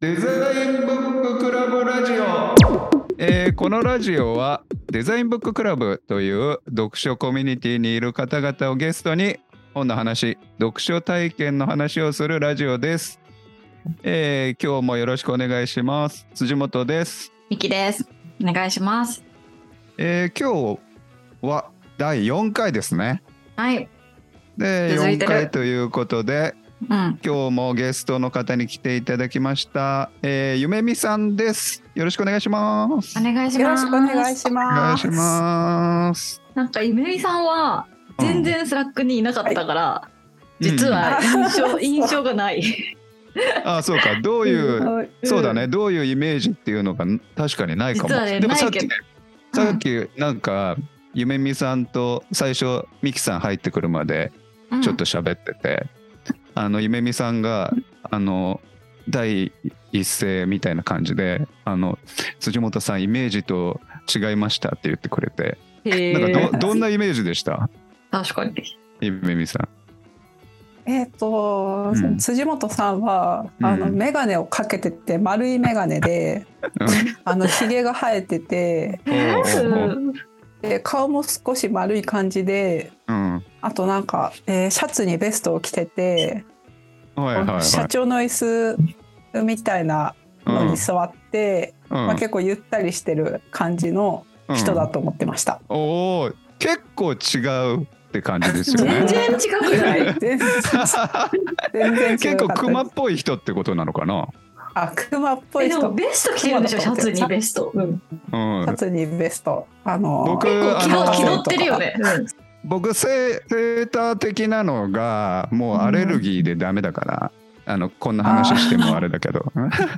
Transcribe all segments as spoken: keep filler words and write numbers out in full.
デザインブッククラブラジオ、えーこのラジオはデザインブッククラブという読書コミュニティにいる方々をゲストに本の話、読書体験の話をするラジオです。えー今日もよろしくお願いします。辻本です。 ミキです。お願いします。 えー今日はだいよんかいですね。 はい。 で続いてるよんかいということで、 うん。 今日もゲストの方に来ていただきました。えー、ゆめみさんです。よろしくお願いします。 お願いしよろます。 しくお願いしおます。 願いします。 なんかゆめみさんは全然スラックにいなかったから、 うん実は印象、印象がない。 ああ、そうか。どういう、 はいそうだね。どういうイメージっていうのが確かにないかも。 実はねでもさっきないけどさっきなんかゆめみさんと最初ミキさん入ってくるまでちょっと喋ってて、あのゆめみさんがあの第一声みたいな感じで、あの辻本さんイメージと違いましたって言ってくれて、 うん、へなんかどーどんなイメージでした？ 確かに。 ゆめみさん。 えっ、と、 うん辻本さんは、 うんあの眼鏡をかけてて丸い眼鏡で、あのひげが生えてて、 おうおうおうで顔も少し丸い感じで、 うんあとなんか、えーシャツにベストを着てて、 はいはいはい。 社長の椅子みたいなのに座って、 うんまあ、結構ゆったりしてる感じの人だと思ってました。 うん、おお、結構違うって感じですよね。 全然違くない全然全然違う結構クマっぽい人ってことなのかな。 あ、クマっぽい人。 えでもベスト着てるんでしょ、シャツにベスト。うん、 うんシャ、ツにベスト。あの僕結構気あの取気取ってるよね。うん僕セセーター的なのがもうアレルギーでダメだから、あのこんな話してもあれだけど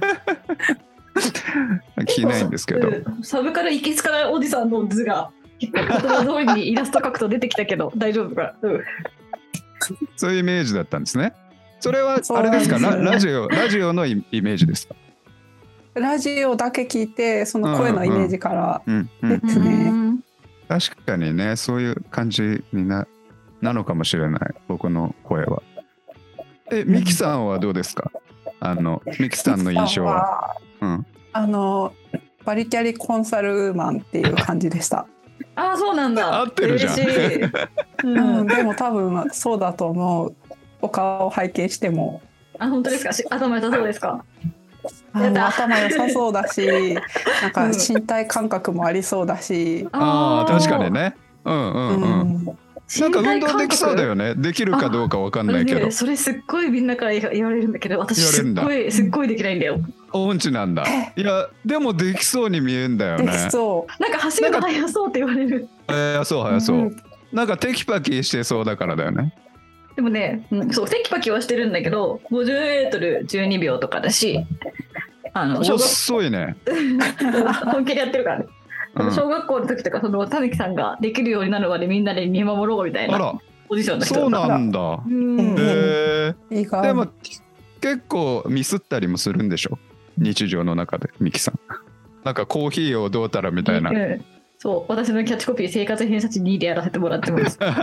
着ないんですけど、 うんサブカル行きつかないおじさんの図が結構言葉通りにイラスト描くと出てきたけど大丈夫か、うん、 そういうイメージだったんですね。それはそうあれですか、 なんですよララジオラジオのイイメージですか？ ラジオだけ聞いてその声のイメージからうんうん、 ですね。 うん確かにね、そういう感じに な, なのかもしれない、僕の声は。え、ミキさんはどうですか？あのミキさんの印象は。うん、 あのバリキャリコンサルマンっていう感じでした。 ああそうなんだ。 合ってるじゃん嬉しい。ううんん、でも多分そうだと思う。お顔を拝見してもあ本当ですか。し頭良さそうですか。 あやだの頭良さそうだし、なんか身体感覚もありそうだし、 ああ、確かにね。うんううんうん。 ん、 なんか運動できそうだよね。できるかどうかわかんないけどね。それすっごいみんなから言われるんだけど、私すっ言われるんだごいすっごいできないんだよ。 音痴なんだ。いや、でもできそうに見えんだよでね。 きそう。 なんか走るの速そうって言われる。 えー、そう早そう、 うんなんかテキパキしてそうだからだよね。 でもね、うんそうテキパキはしてるんだけど、ごじゅうメートルじゅうにびょうとかだし、あの小学遅いね。 本気でやってるからね。 うん小学校の時とかそのたぬきさんができるようになるまでみんなで見守ろうみたいなあら、 ポジションの人そうだった。 なんだ。 うんへえいいかでも結構ミスったりもするんでしょ、日常の中で。ミキさんなんかコーヒーをどうたらみたいな。 うんそう私のキャッチコピー生活偏差値にでやらせてもらってます。 ね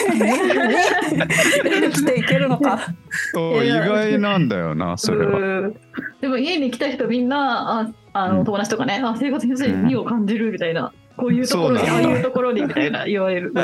生きていけるのか。 そう意外なんだよな、それは。 うんでも家に来た人みんなああのうん友達とかね、あ生活偏差値にを感じるみたいな、こういうところにああそうなんだいうところにみたいな言われる。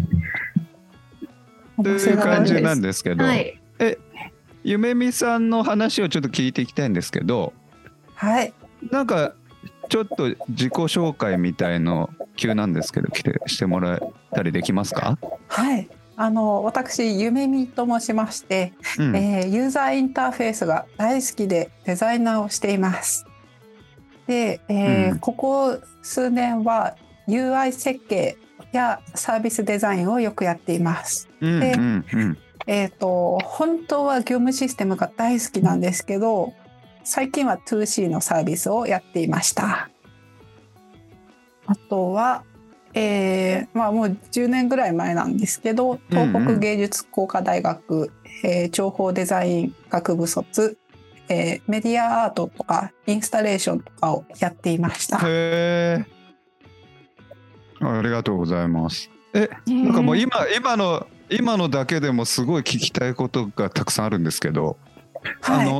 という感じなんですけど、 はい。 ゆめみさんの話をちょっと聞いていきたいんですけど、 はい。 なんかちょっと自己紹介みたいの急なんですけど来てしてもらえたりできますか？ はい。あの私ゆめみと申しまして、 うん、 えーユーザーインターフェースが大好きでデザイナーをしています。で、えーうんここ数年は ユーアイ 設計やサービスデザインをよくやっています。 うんでうんうんえーと、本当は業務システムが大好きなんですけど、最近は ツーシー のサービスをやっていました。あとは、えーまあ、もうじゅうねんぐらい前なんですけど、東北芸術工科大学、えー情報デザイン学部卒、えーメディアアートとかインスタレーションとかをやっていました。 へー、ありがとうございます。え、なんかもう今今の今のだけでもすごい聞きたいことがたくさんあるんですけど、 はい、 あの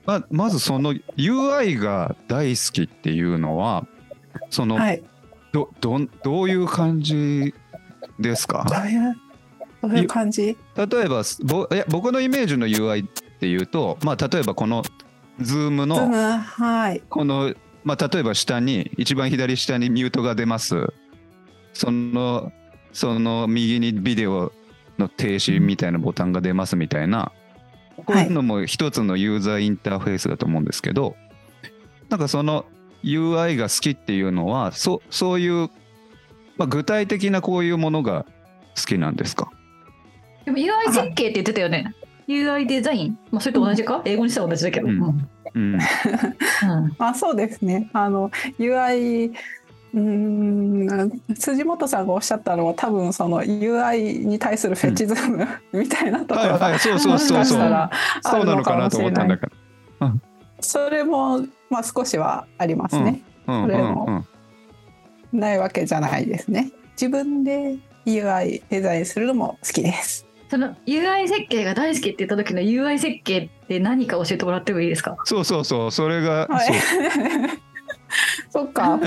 ままずその ユーアイ が大好きっていうのはその、 はい、 どどどういう感じですか？ どういうどういう感じ？ 例えばぼいや僕のイメージの ユーアイ っていうと、まあ、例えばこの Zoom の Zoom、はい、 この、まあ、例えば下に一番左下にミュートが出ます。そのその右にビデオの停止みたいなボタンが出ますみたいな、こういうのも一つのユーザーインターフェースだと思うんですけど、なんかその ユーアイ が好きっていうのは そ, そういう、まあ、具体的なこういうものが好きなんですか？ でも ユーアイ 設計って言ってたよね。ユーアイ デザイン、まあ、それと同じか、うん、英語にしたら同じだけど、 うんうんうん、 あ、そうですね。あの ユーアイ、うーん、辻本さんがおっしゃったのは多分その ユーアイ に対するフェチズム、うん、みたいなところがもしかしたらあるのかもしれない。それもまあ少しはありますね。 うんうんうんうん、 それもないわけじゃないですね。自分で ユーアイ デザインするのも好きです。 その ユーアイ 設計が大好きって言った時の ユーアイ 設計って何か教えてもらってもいいですか？ そうそうそう、それが、 はい、そっか。うん、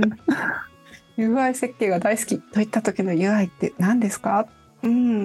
ユーアイ 設計が大好きといった時の ユーアイ って何ですか？うん、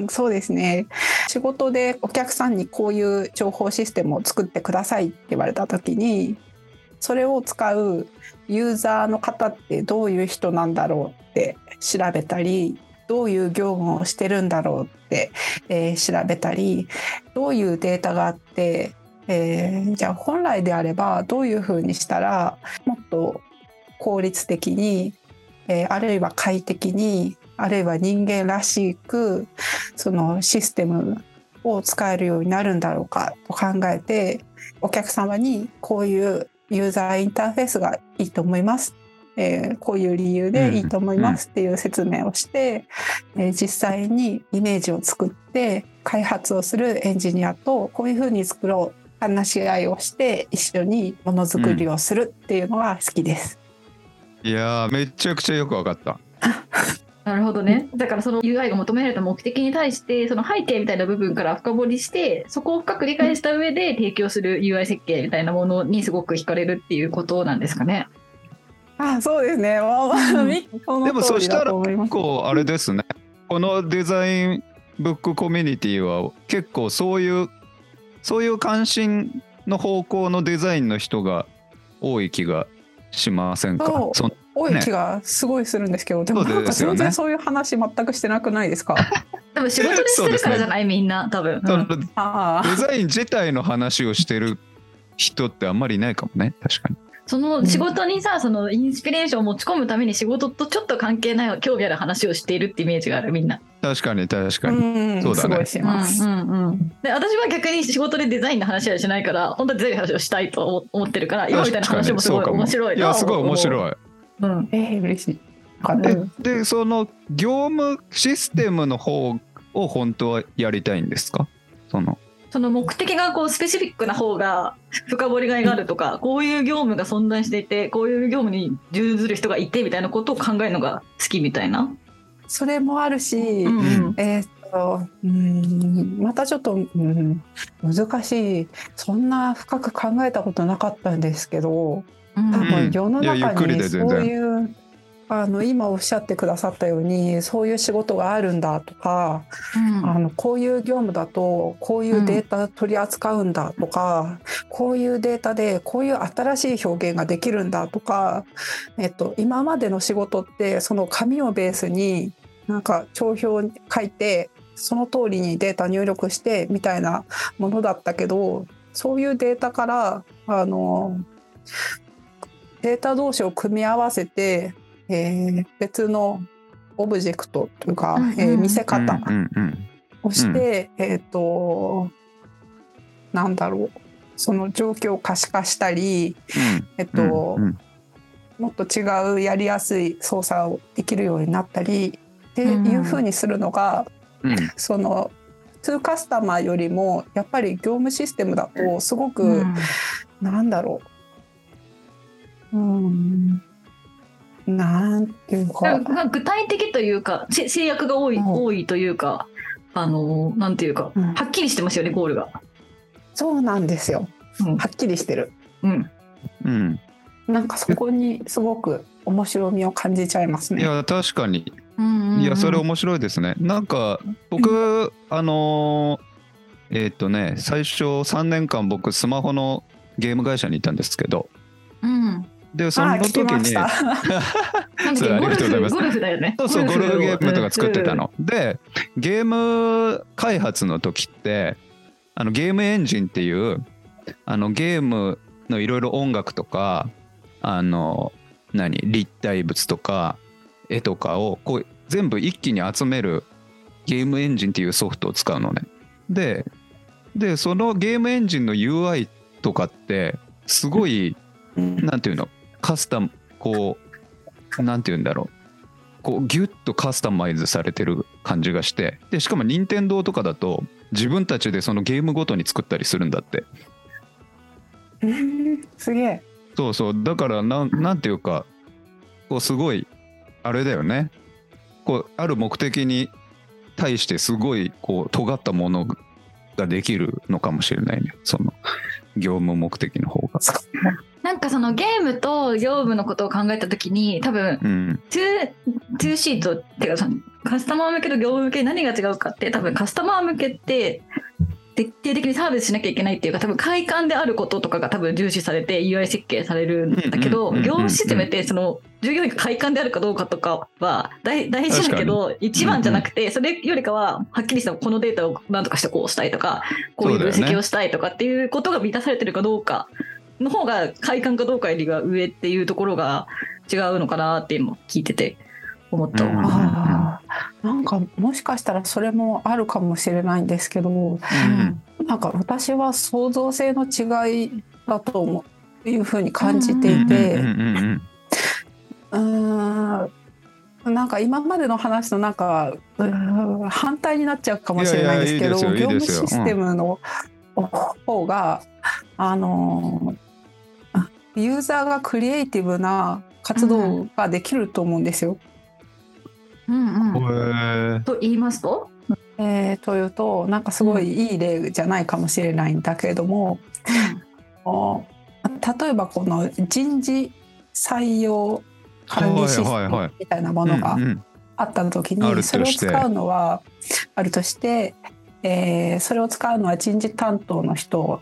そうですね。仕事でお客さんにこういう情報システムを作ってくださいって言われた時に、それを使うユーザーの方ってどういう人なんだろうって調べたり、どういう業務をしてるんだろうって、えー、調べたり、どういうデータがあって、えー、じゃあ本来であればどういうふうにしたらもっと効率的に、えー、あるいは快適に、あるいは人間らしくそのシステムを使えるようになるんだろうかと考えて、お客様にこういうユーザーインターフェースがいいと思います、えー、こういう理由でいいと思いますっていう説明をして、うんうん、えー、実際にイメージを作って開発をするエンジニアとこういうふうに作ろう、話し合いをして一緒にものづくりをするっていうのが好きです、 うん、いやーめちゃくちゃよく分かったなるほどね。だからその ユーアイ が求められた目的に対してその背景みたいな部分から深掘りしてそこを深く理解した上で提供する ユーアイ 設計みたいなものにすごく惹かれるっていうことなんですかね。 あ、そうですね、まあまあ、うん、 でもそしたら結構あれですね、このデザインブックコミュニティは結構そういうそういう関心の方向のデザインの人が多い気がしませんか？ そうそ多い気がすごいするんですけど、ね、でもなんか全然そういう話全くしてなくないですか？ 多分仕事でしてるからじゃない、ね、みんな多分、うん、 あデザイン自体の話をしてる人ってあんまりいないかもね。確かにその仕事にさ、そのインスピレーションを持ち込むために仕事とちょっと関係ない興味ある話をしているってイメージがあるみんな。 確かに確かに、うん、そうだね。すごいします、 うんうんうん、で私は逆に仕事でデザインの話はしないから本当にデザインの話をしたいと思ってるから今みたいな話もすごい面白いな。 いやすごい面白い、 うん、えー、嬉しい。 で, でその業務システムの方を本当はやりたいんですか？そのその目的がこうスペシフィックな方が深掘りがいがあるとか、こういう業務が存在していてこういう業務に従ずる人がいてみたいなことを考えるのが好きみたいな。 それもあるし、うんうん、えー、っとうんまたちょっと、うん、難しい。そんな深く考えたことなかったんですけど、多分世の中にそういう、うん、あの今おっしゃってくださったようにそういう仕事があるんだとか、うん、あのこういう業務だとこういうデータ取り扱うんだとか、うん、こういうデータでこういう新しい表現ができるんだとか、えっと、今までの仕事ってその紙をベースになんか帳票を書いてその通りにデータ入力してみたいなものだったけど、そういうデータからあのデータ同士を組み合わせてえー、別のオブジェクトというか、うんうん、えー、見せ方をして、うんうん、えっとなんだろう、その状況を可視化したり、うん、えっと、うんうん、もっと違うやりやすい操作をできるようになったりっていう風にするのが、うん、そのトゥーカスタマーよりもやっぱり業務システムだとすごく、うん、なんだろう、うんなんていうか具体的というか制約が多い、うん、多いというか、あのなんていうか、うん、はっきりしてますよねゴールが。 そうなんですよ。 うんはっきりしてる。 うんうん、 なんかそこにすごく面白みを感じちゃいますね。 いや確かに、 うんうんうん、 いやそれ面白いですね。なんか僕あのーえっ、とね最初さんねんかん僕スマホのゲーム会社にいたんですけど、 うんでそのあー聞き時にました。 なんだっけそれありがとうございますゴルフゴルフだよね。 そうそうゴルフゲームとか作ってたうんの。でゲーム開発の時ってあのゲームエンジンっていうあのゲームのいろいろ音楽とかあの何立体物とか絵とかをこう全部一気に集めるゲームエンジンっていうソフトを使うのね。ででそのゲームエンジンの ユーアイ とかってすごいうんなんていうのカスタムこうなんていうんだろうこうギュッとカスタマイズされてる感じがして、でしかも任天堂とかだと自分たちでそのゲームごとに作ったりするんだって。 うんすげえ。 そうそうだからなんなんていうかこうすごいあれだよね、こうある目的に対してすごいこう尖ったものができるのかもしれないね、その業務目的の方が。 なんかそのゲームと業務のことを考えたときに多分うんツーシー とってかそのカスタマー向けと業務向け何が違うかって、多分カスタマー向けって徹底的にサービスしなきゃいけないっていうか多分快感であることとかが多分重視されて ユーアイ 設計されるんだけど、 うんうんうんうん業務システムってその従業員が快感であるかどうかとかは大大事だけど一番じゃなくて、それよりかははっきりしたこのデータを何とかしてこうしたいとかこういう分析をしたいとかっていうことが満たされてるかどうかの方が快感かどうかよりが上っていうところが違うのかなって今聞いてて思ったわ。 うんあーなんかもしかしたらそれもあるかもしれないんですけど、 うんなんか私は創造性の違いだと思ういうふうに感じていて、 うんうんうんうんうーんなんか今までの話となんかうーん反対になっちゃうかもしれないんですけど、 いやいやいいですよ業務いいですよシステムの方が、あのユーザーがクリエイティブな活動ができると思うんですよ。 うんうん、 へーと言いますと、 えー、というとなんかすごいいい例じゃないかもしれないんだけれども、お例えばこの人事採用管理システはいはいはいムみたいなものがうんうんあった時あるとにそれをして使うのはあるとして、えーそれを使うのは人事担当の人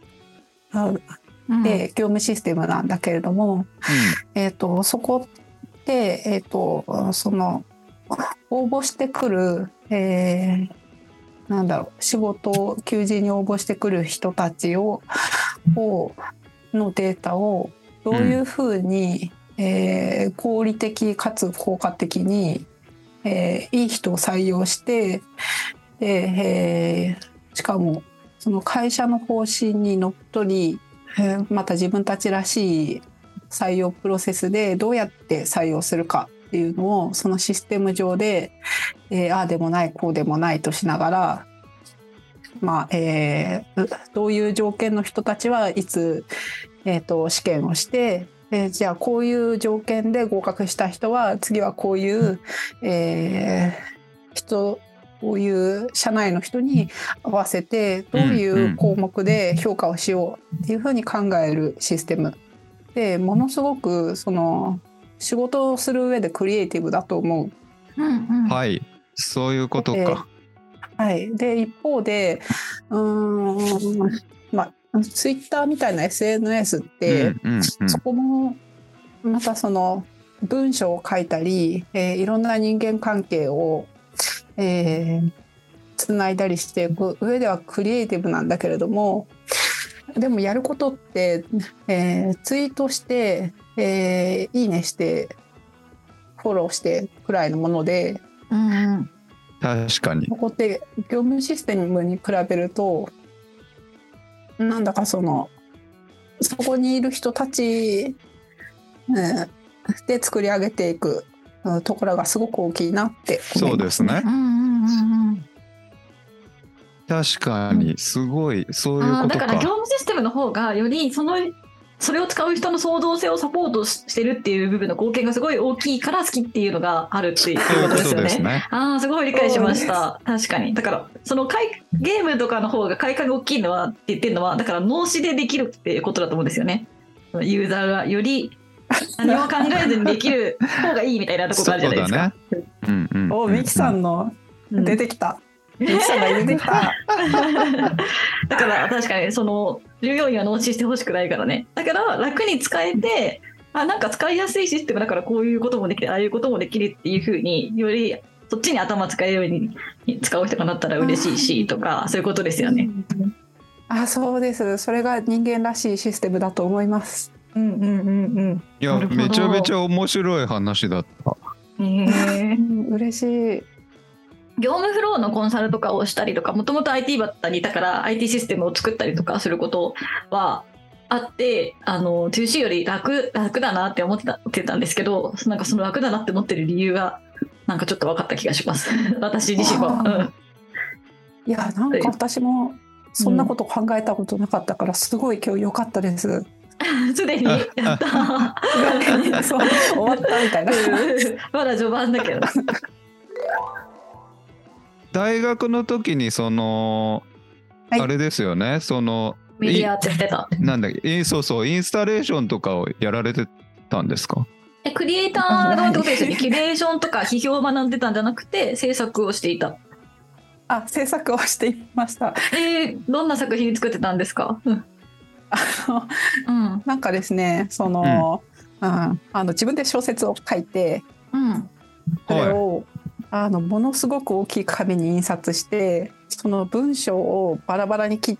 うんで業務システムなんだけれども、えー、とそこで、えー、とその応募してくる、えーなんだろう仕事求人に応募してくる人たちををのデータをどういうふうに、えー合理的かつ効果的に、えーいい人を採用してで、えーしかもその会社の方針にのっとり、えーまた自分たちらしい採用プロセスでどうやって採用するかっていうのをそのシステム上で、えーああでもないこうでもないとしながら、まあえーどういう条件の人たちはいつ、えーと試験をしてえーじゃあこういう条件で合格した人は次はこういう、えー人こういう社内の人に合わせてどういう項目で評価をしようっていうふうに考えるシステムでものすごくその仕事をする上でクリエイティブだと思う。 うんうん、 はいそういうことか。 はい、で一方でうーんまあツイッターみたいな エスエヌエスって、 うんうんうんそこもまたその文章を書いたり、えーいろんな人間関係を、えー、つないだりしていく上ではクリエイティブなんだけれども、でもやることって、えーツイートして、えーいいねしてフォローしてくらいのもので、 うんうん確かにここって業務システムに比べるとなんだかそのそこにいる人たち、うんで作り上げていくうんところがすごく大きいなって思そいうますね。 ですねうんうんうんうん確かにすごいそういうあーだことか。 から業務システムの方がよりそのそれを使う人の創造性をサポートしてるっていう部分の貢献がすごい大きいから好きっていうのがあるっていうことですよね。 ねああすごい理解しました。確かにだからそのゲームとかの方が快感が大きいのはって言ってるのはだから脳死でできるっていうことだと思うんですよね。ユーザーがより何も考えずにできる方がいいみたいなところあるじゃないですか。 そうだね。うんうん、 おミキさんの出てきた、うん、ミキさんが出てきただから確かにその従業員は脳死してほしくないからね。だから楽に使えてあなんか使いやすいシステムだからこういうこともできるああいうこともできるっていう風によりそっちに頭使えるように使う人がなったら嬉しいしとかそういうことですよね。 あそうです。それが人間らしいシステムだと思います。 うんうんうんうん。 いやめちゃめちゃ面白い話だった。 えー、 嬉しい。 業務フローのコンサルとかをしたりとかもともと アイティー バッターにいたから アイティー システムを作ったりとかすることはあってあの ツーシー より楽楽だなって思ってた、ってたんですけどなんかその楽だなって思ってる理由がなんかちょっと分かった気がします私自身は、うん、 いやなんか私もそんなこと考えたことなかったからすごい今日良かったです。 すでにやったそう終わったみたいなまだ序盤だけど大学の時にその、はい、あれですよねそのメディアって言ってたなんだっけそうそうインスタレーションとかをやられてたんですか。 えクリエイターのってことですよねキュレーションとか批評を学んでたんじゃなくて制作をしていた。 あ制作をしていました。 えー、どんな作品作ってたんですか。うんあのうん、なんかですねその、うんうん、あの自分で小説を書いて、うん、それを、はい、あのものすごく大きい紙に印刷してその文章をバラバラに切って、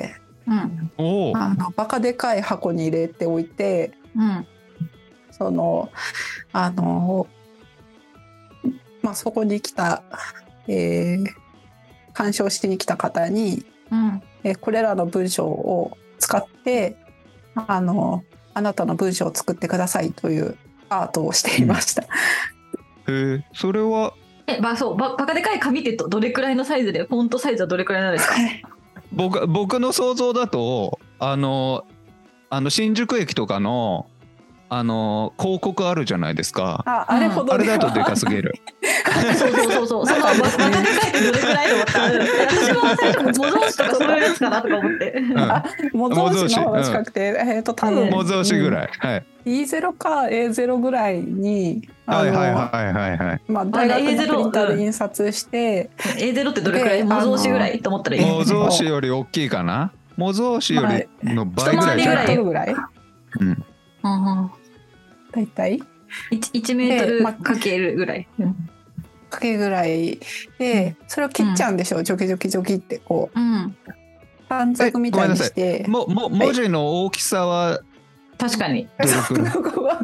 うん、あのバカでかい箱に入れておいて、うん、そのあの、まあ、そこに来た、えー、鑑賞しに来た方に、うんえー、これらの文章を使ってあのあなたの文章を作ってくださいというアートをしていました。 うん、へえそれはえばそうばバカでかい紙ってどれくらいのサイズでフォントサイズはどれくらいなんですか。 僕僕の想像だとあのあの新宿駅とかのあの広告あるじゃないですか。 あ、あれほど、 うん、あれだとでかすぎる。 そうそうそうそう。そのバカでかいってどれくらいと思った。私は最初模造紙とかそういうやつかなとか思って。うん、 模造紙の方が近くて、うん、えっと多分模造紙ぐらい。はい。 イーゼロ か エーゼロ ぐらいにはいはいはいはいはい。 まあ大学のプリンターで印刷して、 うん、エーゼロ ってどれくらい模造紙ぐらいと思ったらいい。 模造紙より大きいかな。模造紙よりの倍ぐらいじゃない。 一回りぐらい。うん。うんだいたいいちメートルかけるぐらい、まあ、 かけぐらいでそれを切っちゃうんでしょ、うん、ジョキジョキジョキってこう、うん、短冊みたいにしてもも文字の大きさは確かにどれくらい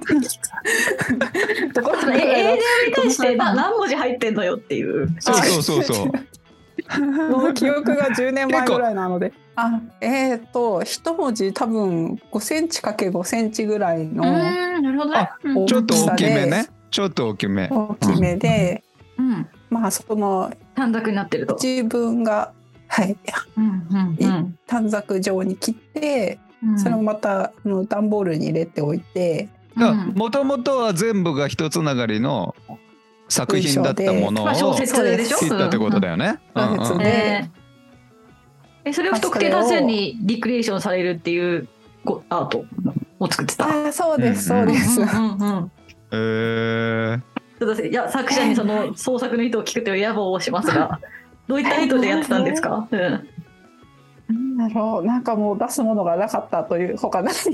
ところで英語に対して何文字入ってんのよっていうそうそうそうそうもう記憶がじゅうねんまえぐらいなのであえーと一文字多分ごセンチかけごセンチぐらいのなるほど、ね、 ちょっと大きめねちょっと大きめ大きめで、うん、まあその短冊になってると自分がはい、うんうんうん、短冊状に切って、うん、それをまた段ボールに入れておいてもともとは全部が一つながりの作品だったものを小説でしょ切ったってことだよね。 小説でえそれを不特定多数にリクリエーションされるっていうアートを作ってた。 あそうですそうです。 うんうんうん、 えー、 ちょっといや作者にその創作の意図を聞くという野望をしますがどういった意図でやってたんですか。うん、 なんだろうなんかもう出すものがなかったという他何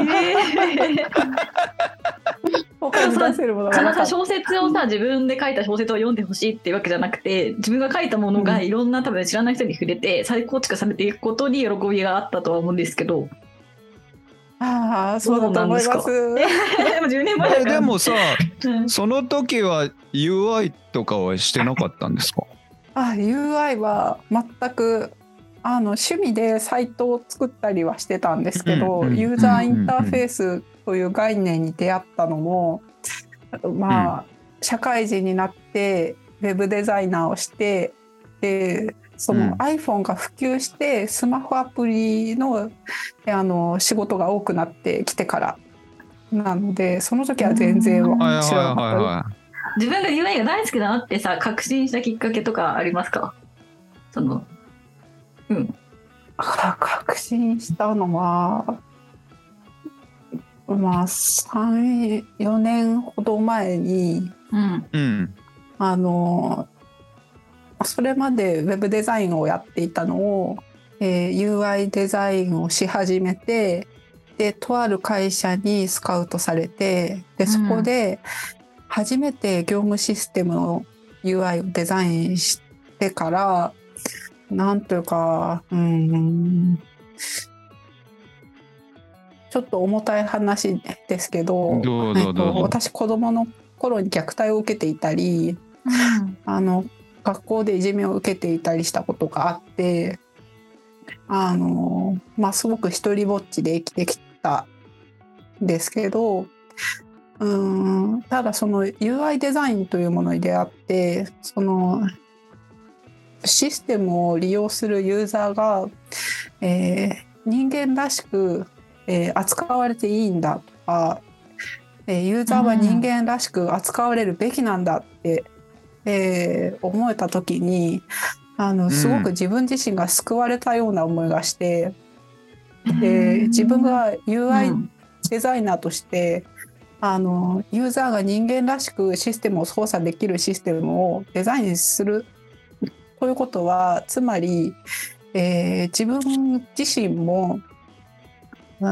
他に出せるものがなかった。 小説をさ自分で書いた小説を読んでほしいっていうわけじゃなくて自分が書いたものがいろんな多分知らない人に触れて再構築されていくことに喜びがあったとは思うんですけど。 ああそうだと思います。 でもじゅうねんまえだから。 でもさ、うん、その時は ユーアイ とかはしてなかったんですか。 あ ユーアイ は全くあの趣味でサイトを作ったりはしてたんですけど、うんうん、ユーザーインターフェースという概念に出会ったのも、まあ、うん、社会人になってウェブデザイナーをしてでその iPhone が普及してスマホアプリの、あの仕事が多くなってきてからなので、その時は全然知らなかった。 自分が ユーアイ が大好きだなってさ確信したきっかけとかありますか？そのうん確信したのはまあさん、よねんほど前に、 うんうん、 あのそれまでウェブデザインをやっていたのを、えー、ユーアイ デザインをし始めて、でとある会社にスカウトされて、でそこで初めて業務システムの ユーアイ をデザインしてから、なんというか、うーんちょっと重たい話ですけど、 どうぞどうぞ。 えっと、私子供の頃に虐待を受けていたり、 うん、 あの学校でいじめを受けていたりしたことがあって、あの、まあ、すごく一人ぼっちで生きてきたんですけど、うーんただその ユーアイ デザインというものに出会って、そのシステムを利用するユーザーが、えー、人間らしく、えー、扱われていいんだとか、えー、ユーザーは人間らしく扱われるべきなんだって、えー、思えた時に、あのすごく自分自身が救われたような思いがして、うん、で自分が ユーアイ デザイナーとして、うん、あのユーザーが人間らしくシステムを操作できるシステムをデザインするということは、つまり、えー、自分自身も、うん、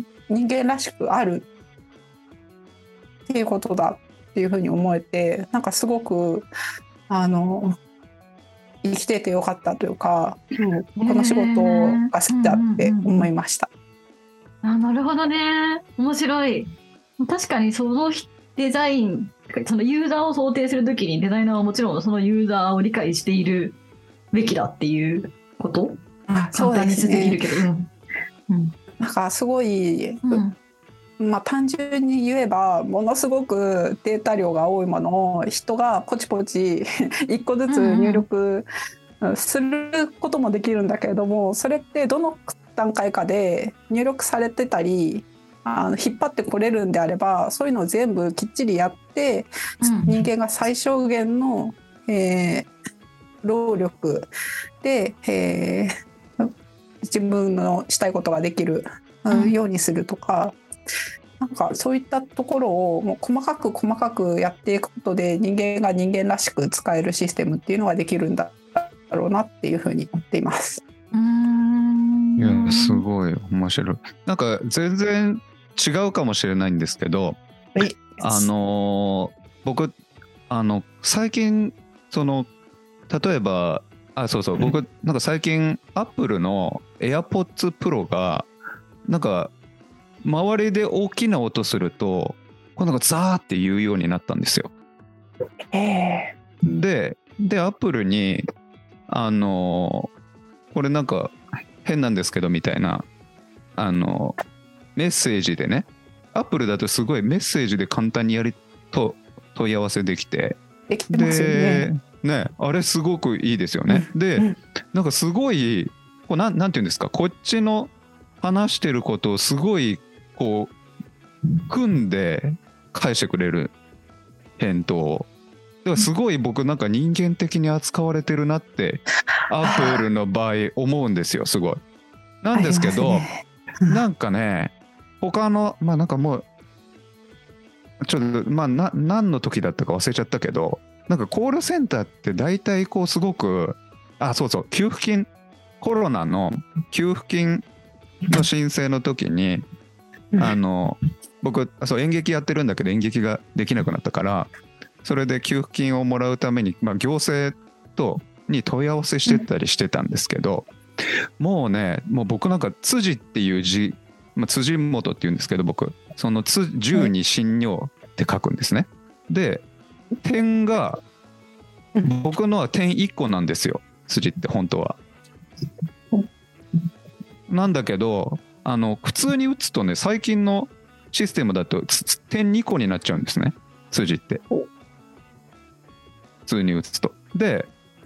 人間らしくあるっていうことだっていうふうに思えて、なんかすごくあの生きててよかったというか、うん、この仕事が好きだって思いました。 うんうんうん、あ、なるほどね。面白い。確かにそのデザイン、そのユーザーを想定するときにデザイナーはもちろんそのユーザーを理解しているべきだっていうこと？ あ、そうですね。 簡単にできるけど、うんうん、 なんかすごい、 うんまあ、単純に言えばものすごくデータ量が多いものを人がポチポチ一個ずつ入力することもできるんだけれども、それってどの段階かで入力されてたり、あの引っ張ってこれるんであれば、そういうのを全部きっちりやって、うん、人間が最小限の、えー、労力で、えー、自分のしたいことができるようにするとか、なんかそういったところをもう細かく細かくやっていくことで、人間が人間らしく使えるシステムっていうのができるんだろうなっていうふうに思っています。 うーん、 いや、すごい面白い。なんか全然違うかもしれないんですけど、あの僕あの最近その例えばあそうそう僕なんか最近アップルの AirPods Pro がなんか周りで大きな音するとこうなんかザーって言うようになったんですよ。 えー、ででアップルにあのこれなんか変なんですけどみたいなあのメッセージでね、アップルだとすごいメッセージで簡単にやりと問い合わせできて、 できてますよね。 でね、あれすごくいいですよね。うん、で、うん、なんかすごいこうなんなんていうんですか、こっちの話してることをすごいこう組んで返してくれる返答を。だからすごい僕なんか人間的に扱われてるなってアップルの場合思うんですよ、すごい。なんですけど、ね、なんかね他のまあなんかもうちょっとまあな何の時だったか忘れちゃったけど、なんかコールセンターって大体こうすごくあそうそう給付金コロナの給付金の申請の時にあの僕そう演劇やってるんだけど演劇ができなくなったからそれで給付金をもらうために、まあ、行政とに問い合わせしてたりしてたんですけど、もうねもう僕なんか辻っていう字、まあ、辻元っていうんですけど僕その十に信尿って書くんですね。で点が僕のは点いっこなんですよ辻って本当は。なんだけどあの普通に打つとね最近のシステムだと点にこになっちゃうんですね辻って普通に打つと。で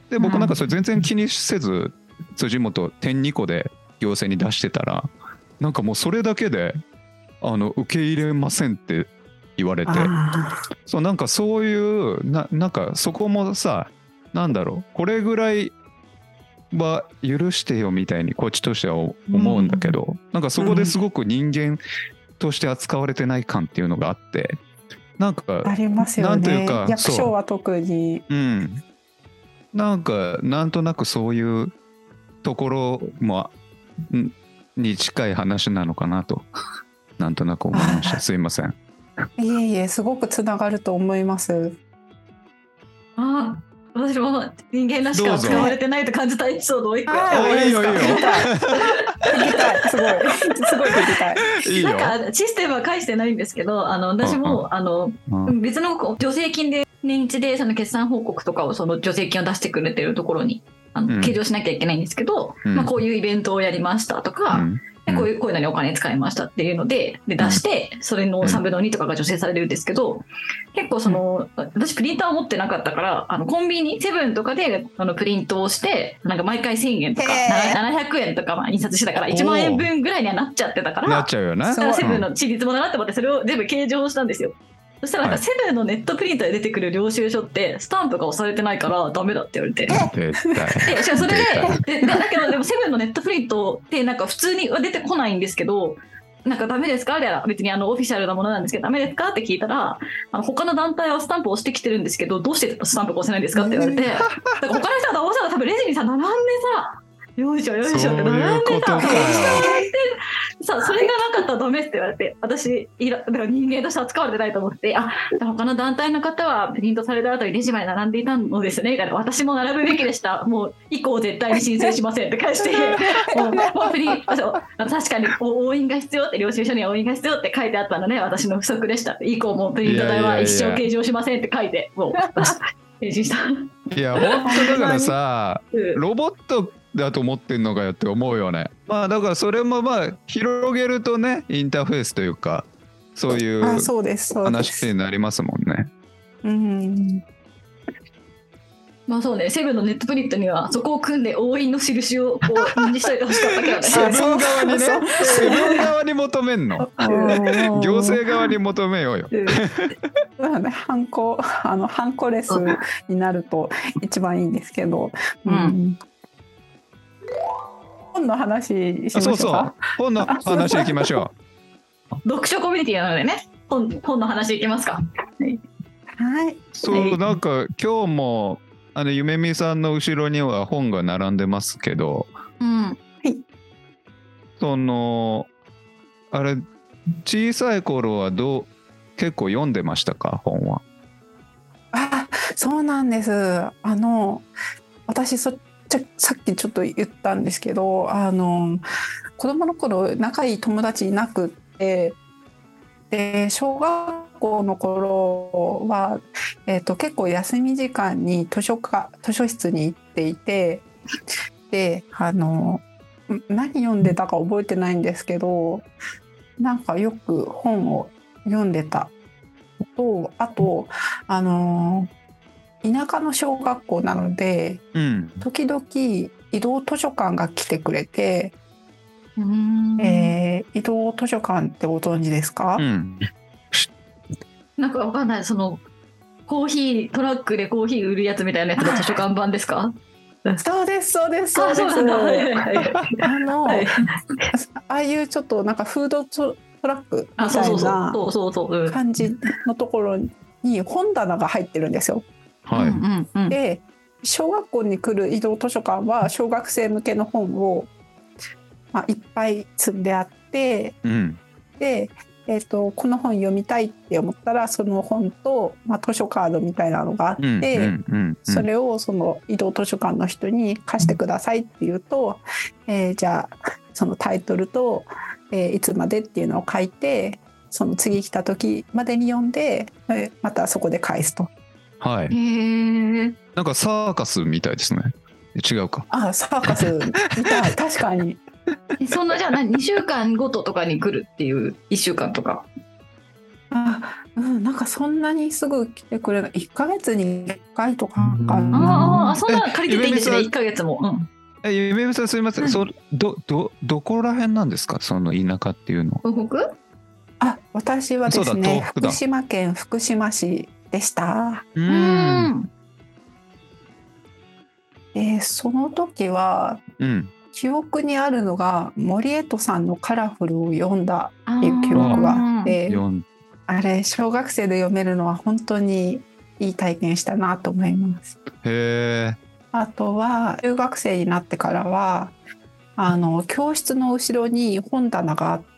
で僕なんかそれ全然気にせず辻元点にこで行政に出してたらなんかもうそれだけであの受け入れませんって言われて、そうなんかそういうななんかそこもさなんだろうこれぐらいは許してよみたいにこっちとしては思うんだけど、うん、なんかそこですごく人間として扱われてない感っていうのがあってなんかありますよね。なんていうか役所は特にう、うん、なんかなんとなくそういうところもに近い話なのかなとなんとなく思いました。すいません。 いえいえすごくつながると思います。 あ私も人間らしく扱われてないと感じたエピソードを一個やってもいいですか。 いいよいいよ。 聞きたいすごいすごい聞きたい。 いいよ。なんかシステムは返してないんですけど、あの私も、うん、あの、うん、別の助成金で年一でその決算報告とかをその助成金を出してくれてるところにあの、うん、計上しなきゃいけないんですけど、うんまあ、こういうイベントをやりましたとか。うんでこういうこういうのにお金使いましたっていうので、で出してそれのさんぶんのにとかが助成されるんですけど、結構その私プリンターを持ってなかったからあのコンビニセブンとかであのプリントをしてなんか毎回せんえんとかななひゃくえんとかまあ印刷してたからいちまんえんぶんぐらいにはなっちゃってたからなっちゃうよな。 だからセブンの私立もだなって思ってそれを全部計上したんですよ。そしたらなんかセブンのネットプリンターで出てくる領収書ってスタンプが押されてないからダメだって言われて、 絶対でしかもそれで で, でだけどでもセブンのネットプリントってなんか普通には出てこないんですけどなんかダメですかみたいな別にあのオフィシャルなものなんですけどダメですかって聞いたらあの他の団体はスタンプ押してきてるんですけどどうしてスタンプ押せないんですかって言われてだから他の人が押したら多分レジにさ並んでさよいしょよいしょって並んでささそれがなかったらダメって言われて私いらだから人間として扱われてないと思ってあ他の団体の方はプリントされた後にレジまで並んでいたのですねみたいな私も並ぶべきでしたもう以降絶対に申請しませんって返してもうもうプリン確かに押印が必要って領収書には押印が必要って書いてあったので私の不足でしたって以降もプリント代は一生計上しませんって書いてもう返信した。 いや本当だからさロボットだと思ってんのかよって思うよね。まあだからそれもまあ広げるとねインターフェースというかそういう話になりますもんね。 うんまあそうねセブンのネットプリントにはそこを組んで押印の印をこう印字しといてほしかったけどね。 セブン側にねセブン側に求めんの行政側に求めようよ。 うん、ハンコあのハンコレスになると一番いいんですけど、うんうん本の話しましょうか。 そうそう本の話いきましょう読書コミュニティなのでね 本, 本の話いきますか。はい、はい、 そう、はい、なんか今日もあのゆめみさんの後ろには本が並んでますけど、 うんはい、 そのあれ小さい頃はどう結構読んでましたか本は。 あそうなんです。あの私そさっきちょっと言ったんですけどあの子供の頃仲いい友達いなくってで小学校の頃は、えーと、結構休み時間に図書か図書室に行っていてであの何読んでたか覚えてないんですけどなんかよく本を読んでたとあとあの田舎の小学校なので、うん、時々移動図書館が来てくれて、 うんえー、移動図書館ってご存知ですか？ うん、 なんかわかんないそのコーヒートラックでコーヒー売るやつみたいなやつが図書館版ですか？ そうですそうですそうです。あの、はい、ああいうちょっとなんかフードトラックみたいな感じのところに本棚が入ってるんですよ。 はいうんうん、 で小学校に来る移動図書館は小学生向けの本を、まあ、いっぱい積んであって、 うん、 で、えーと、この本読みたいって思ったらその本と、まあ、図書カードみたいなのがあって、うんうんうんうん、それをその移動図書館の人に貸してくださいって言うと、えー、じゃあそのタイトルと、えー、いつまでっていうのを書いてその次来た時までに読んで、えー、またそこで返すと。 はい、 へなんかサーカスみたいですね。違うか。 あ、サーカスみたい確かに。 そんなじゃあにしゅうかんごととかに来るっていういっしゅうかんとか。 あうん、なんかそんなにすぐ来てくれない。いっかげつにいっかいとかかあな。 あ、そんな借りてていいんですね、 えいっかげつも。うん。 え、ゆめみさんすみません、 はいそどどどこら辺なんですか、その田舎っていうの。 東北？ あ、私はですそうだね、 東北だ福島県福島市でした。 ううーん。 で、その時はうん記憶にあるのが森江戸さんのカラフルを読んだあっていう記憶があっーて、 よんあれ小学生で読めるのは本当にいい体験したなと思います。 へえ。 あとは中学生になってからはあの教室の後ろに本棚があって、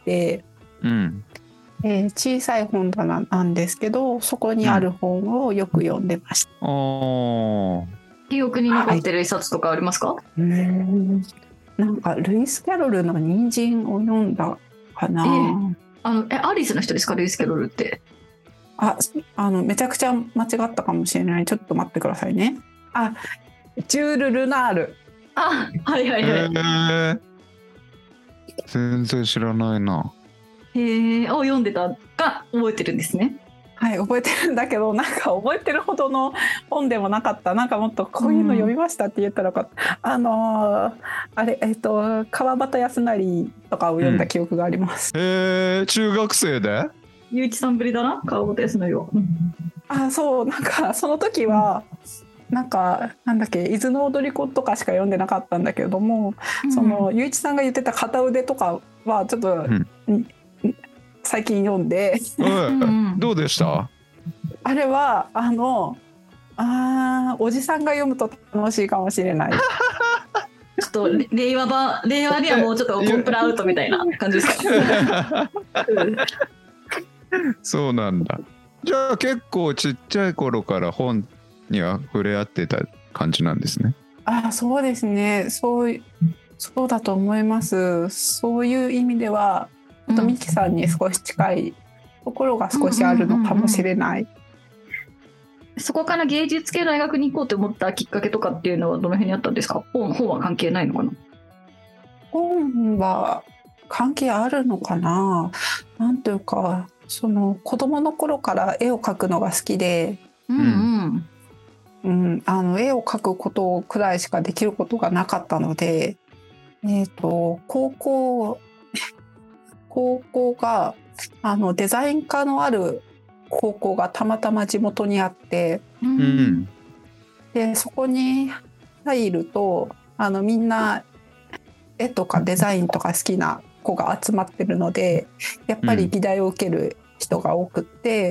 うんえー小さい本棚なんですけど、そこにある本をよく読んでました。 おー記憶に残ってる一冊とかありますか？ うーんなんかルイス・キャロルの人参を読んだかな。 えあのえアリスの人ですか、ルイス・キャロルって。 あ、あのめちゃくちゃ間違ったかもしれない。ちょっと待ってくださいね。あ、ジュール・ルナール。 あ、はいはいへはえ。全然知らないな。 い。へえ、を読んでたが覚えてるんですね。 はい、覚えてるんだけど、なんか覚えてるほどの本でもなかった。なんかもっとこういうの読みましたって言ったらよかった。あのーあれ、えっと川端康成とかを読んだ記憶があります。 へえ、中学生で。 ゆういちさんぶりだな、川端康成は。 あ、そう、なんかその時は、なんかなんだっけ、伊豆の踊り子とかしか読んでなかったんだけれども、そのゆういちさんが言ってた片腕とかはちょっと、 うん最近読んで、 うんどうでした？ あれはあのあーおじさんが読むと楽しいかもしれない。 ちょっと令和版、令和にはもうちょっとコンプラアウトみたいな感じですか？ そうなんだ。じゃあ結構ちっちゃい頃から本には触れ合ってた感じなんですね。 あ、そうですね。そういそうだと思います。そういう意味ではちょっとミキさんに少し近いところが少しあるのかもしれない。 そこから芸術系大学に行こうと思ったきっかけとかっていうのはどの辺にあったんですか？本、本は関係ないのかな？ 本は関係あるのかな。なんというか、その子供の頃から絵を描くのが好きで、 うんうんうん、あの絵を描くことくらいしかできることがなかったので、えーと、高校高校があのデザイン科のある高校がたまたま地元にあって、 ううんんでそこに入るとあのみんな絵とかデザインとか好きな子が集まってるので、やっぱり美大を受ける人が多くって、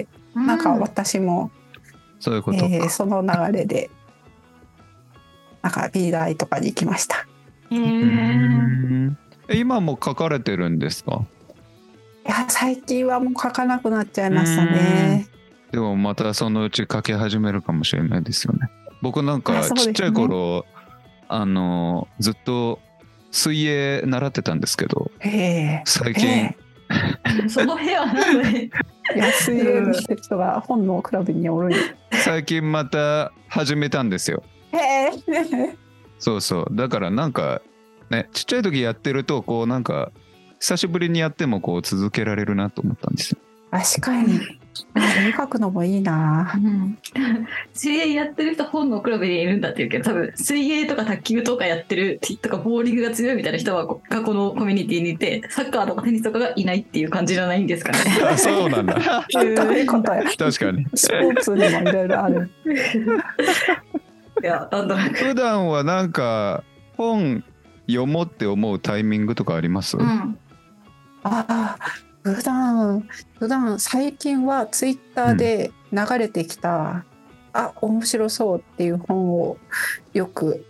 うん、 なんか私も、 そういうことか。 えーその流れでなんか美大とかに行きました。 へうーんえ今も書かれてるんですか？ いや最近はもう描かなくなっちゃいましたね。 でもまたそのうち書き始めるかもしれないですよね。僕なんあかそうですねちっちゃい頃あのずっと水泳習ってたんですけど、 へえ最近へその部屋はなのでえ安い絵の人が本のクラブにおるんや。 最近また始めたんですよ。 へえそうそう。だからなんかね、ちっちゃい時やってるとこうなんか久しぶりにやってもこう続けられるなと思ったんですよ。 確かに絵描くのもいいな。 うん水泳やってる人本のクラブにいるんだっていうけど、多分水泳とか卓球とかやってるとかボーリングが強いみたいな人はこがこのコミュニティにいて、サッカーとかテニスとかがいないっていう感じじゃないんですかね。 あ、そうなんだ。 どういうことや。 確かに。 スポーツにもいろいろある。 いや、なんとなく。 普段はなんか本読もうって思うタイミングとかあります？ うん、 ああ、普段普段最近はツイッターで流れてきた、うん、あ面白そうっていう本をよく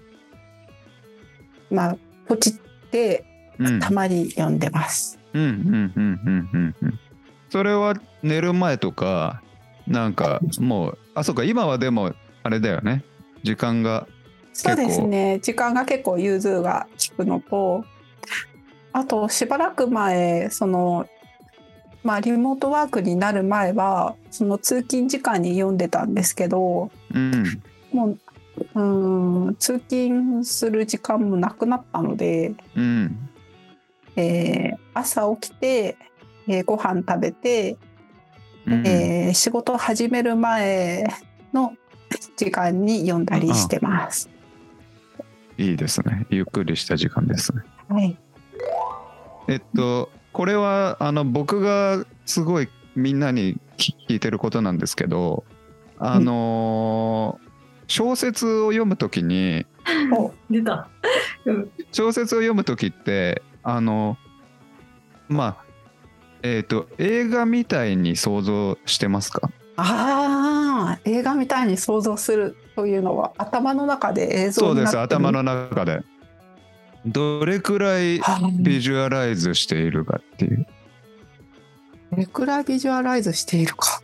まあポチってたまに読んでます。 うんうんうんうんうんうん。それは寝る前とかなんかもうあそうか今はでもあれだよね、時間がそうですね、時間が結構融通が利くのと、あとしばらく前そのまあリモートワークになる前はその通勤時間に読んでたんですけど、 うん、 もううん通勤する時間もなくなったので、 うんえー、朝起きて、えー、ご飯食べてうんえー仕事を始める前の時間に読んだりしてます。 いいですね。ゆっくりした時間ですね。 はい。 えっとこれはあの僕がすごいみんなに聞いてることなんですけど、あのー小説を読むときにお出た。うん小説を読むときってあのまあえっと映画みたいに想像してますか？ ああ、映画みたいに想像するというのは頭の中で映像そうです。 になってる。 頭の中でどれくらいはあビジュアライズしているかっていう。 どれくらいビジュアライズしているか。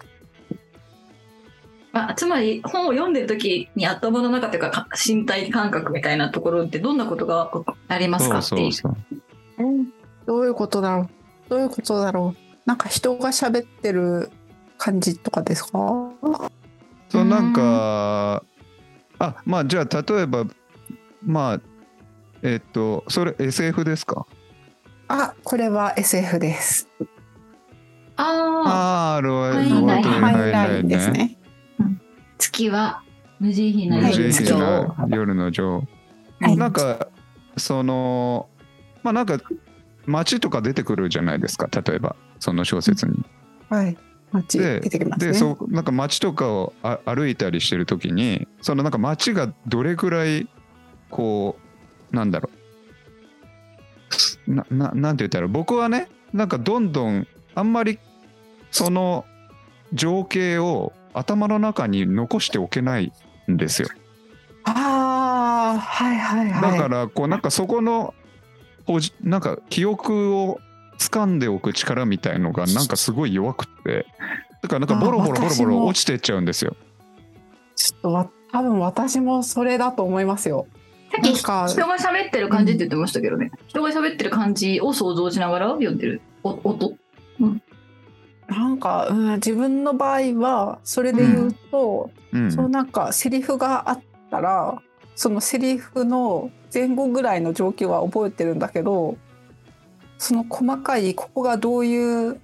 あ、つまり本を読んでる時に頭の中というかか身体感覚みたいなところってどんなことがありますかっていう。 そうそううんどういうことだろう。どういうことだろう。なんか人が喋ってる感じとかですか？ そうなんかあまあじゃあ例えばまあえっとそれ エスエフ ですか？ あ、これは エスエフ です。 ああ、 ああ、あるわハイロラインワトリハイラインですね。 月は無慈悲な無夜慈の悲女王。 な夜の女王。 はいなんかそのまあなんか街とか出てくるじゃないですか、例えばその小説に。 はい。街で出てきますね。 でそうなんか街とかをあ歩いたりしてる時にそのなんか街がどれくらいこうなんだろうなななんて言ったら僕はねなんかどんどんあんまりその情景を頭の中に残しておけないんですよ。 ああ、はいはいはい。 だからこうなんかそこのほじなんか記憶を掴んでおく力みたいのがなんかすごい弱くってだからなんかボロボロボロボロ落ちてっちゃうんですよ。 ちょっとわ多分私もそれだと思いますよ。 さっきなんか人が喋ってる感じって言ってましたけどね、人が喋ってる感じを想像しながら読んでるお音。 なんか、うん、自分の場合はそれで言うと、 うんそうなんかセリフがあったらそのセリフの前後ぐらいの状況は覚えてるんだけど、その細かいここがどういう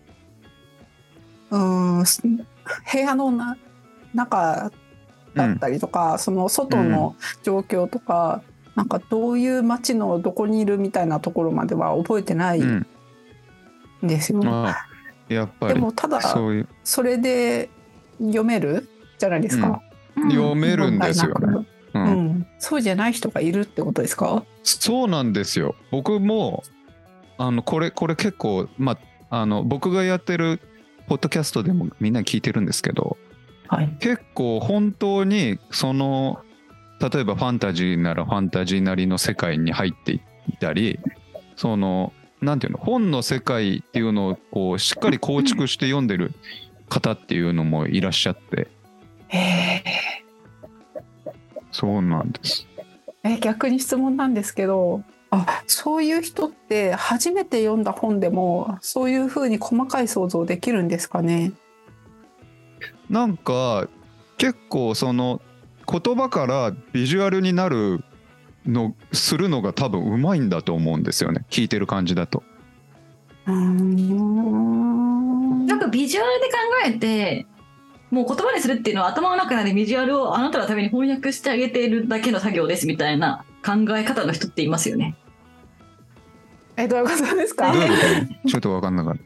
うん部屋のな中だったりとか、その外の状況とか、なんかどういう街のどこにいるみたいなところまでは覚えてないうんんですよ。 あやっぱりでもただそういうそれで読めるじゃないですか。 読めるんですよね。 問題なくううんん、そうじゃない人がいるってことですか？ そうなんですよ。僕もあのこれこれ結構まああの僕がやってるポッドキャストでもみんな聞いてるんですけど、 はい。 結構本当にその例えばファンタジーならファンタジーなりの世界に入っていたり、そのなんていうの本の世界っていうのをこうしっかり構築して読んでる方っていうのもいらっしゃって、 へえ。 そうなんです。 え逆に質問なんですけど、あそういう人って初めて読んだ本でもそういうふうに細かい想像できるんですかね？ なんか結構その言葉からビジュアルになるのするのが多分うまいんだと思うんですよね、聞いてる感じだと。 うーんなんかビジュアルで考えてもう言葉にするっていうのは頭の中でビジュアルをあなたのために翻訳してあげているだけの作業ですみたいな考え方の人っていますよね。 えどういうことですか？ どういうことちょっと分かんなかった。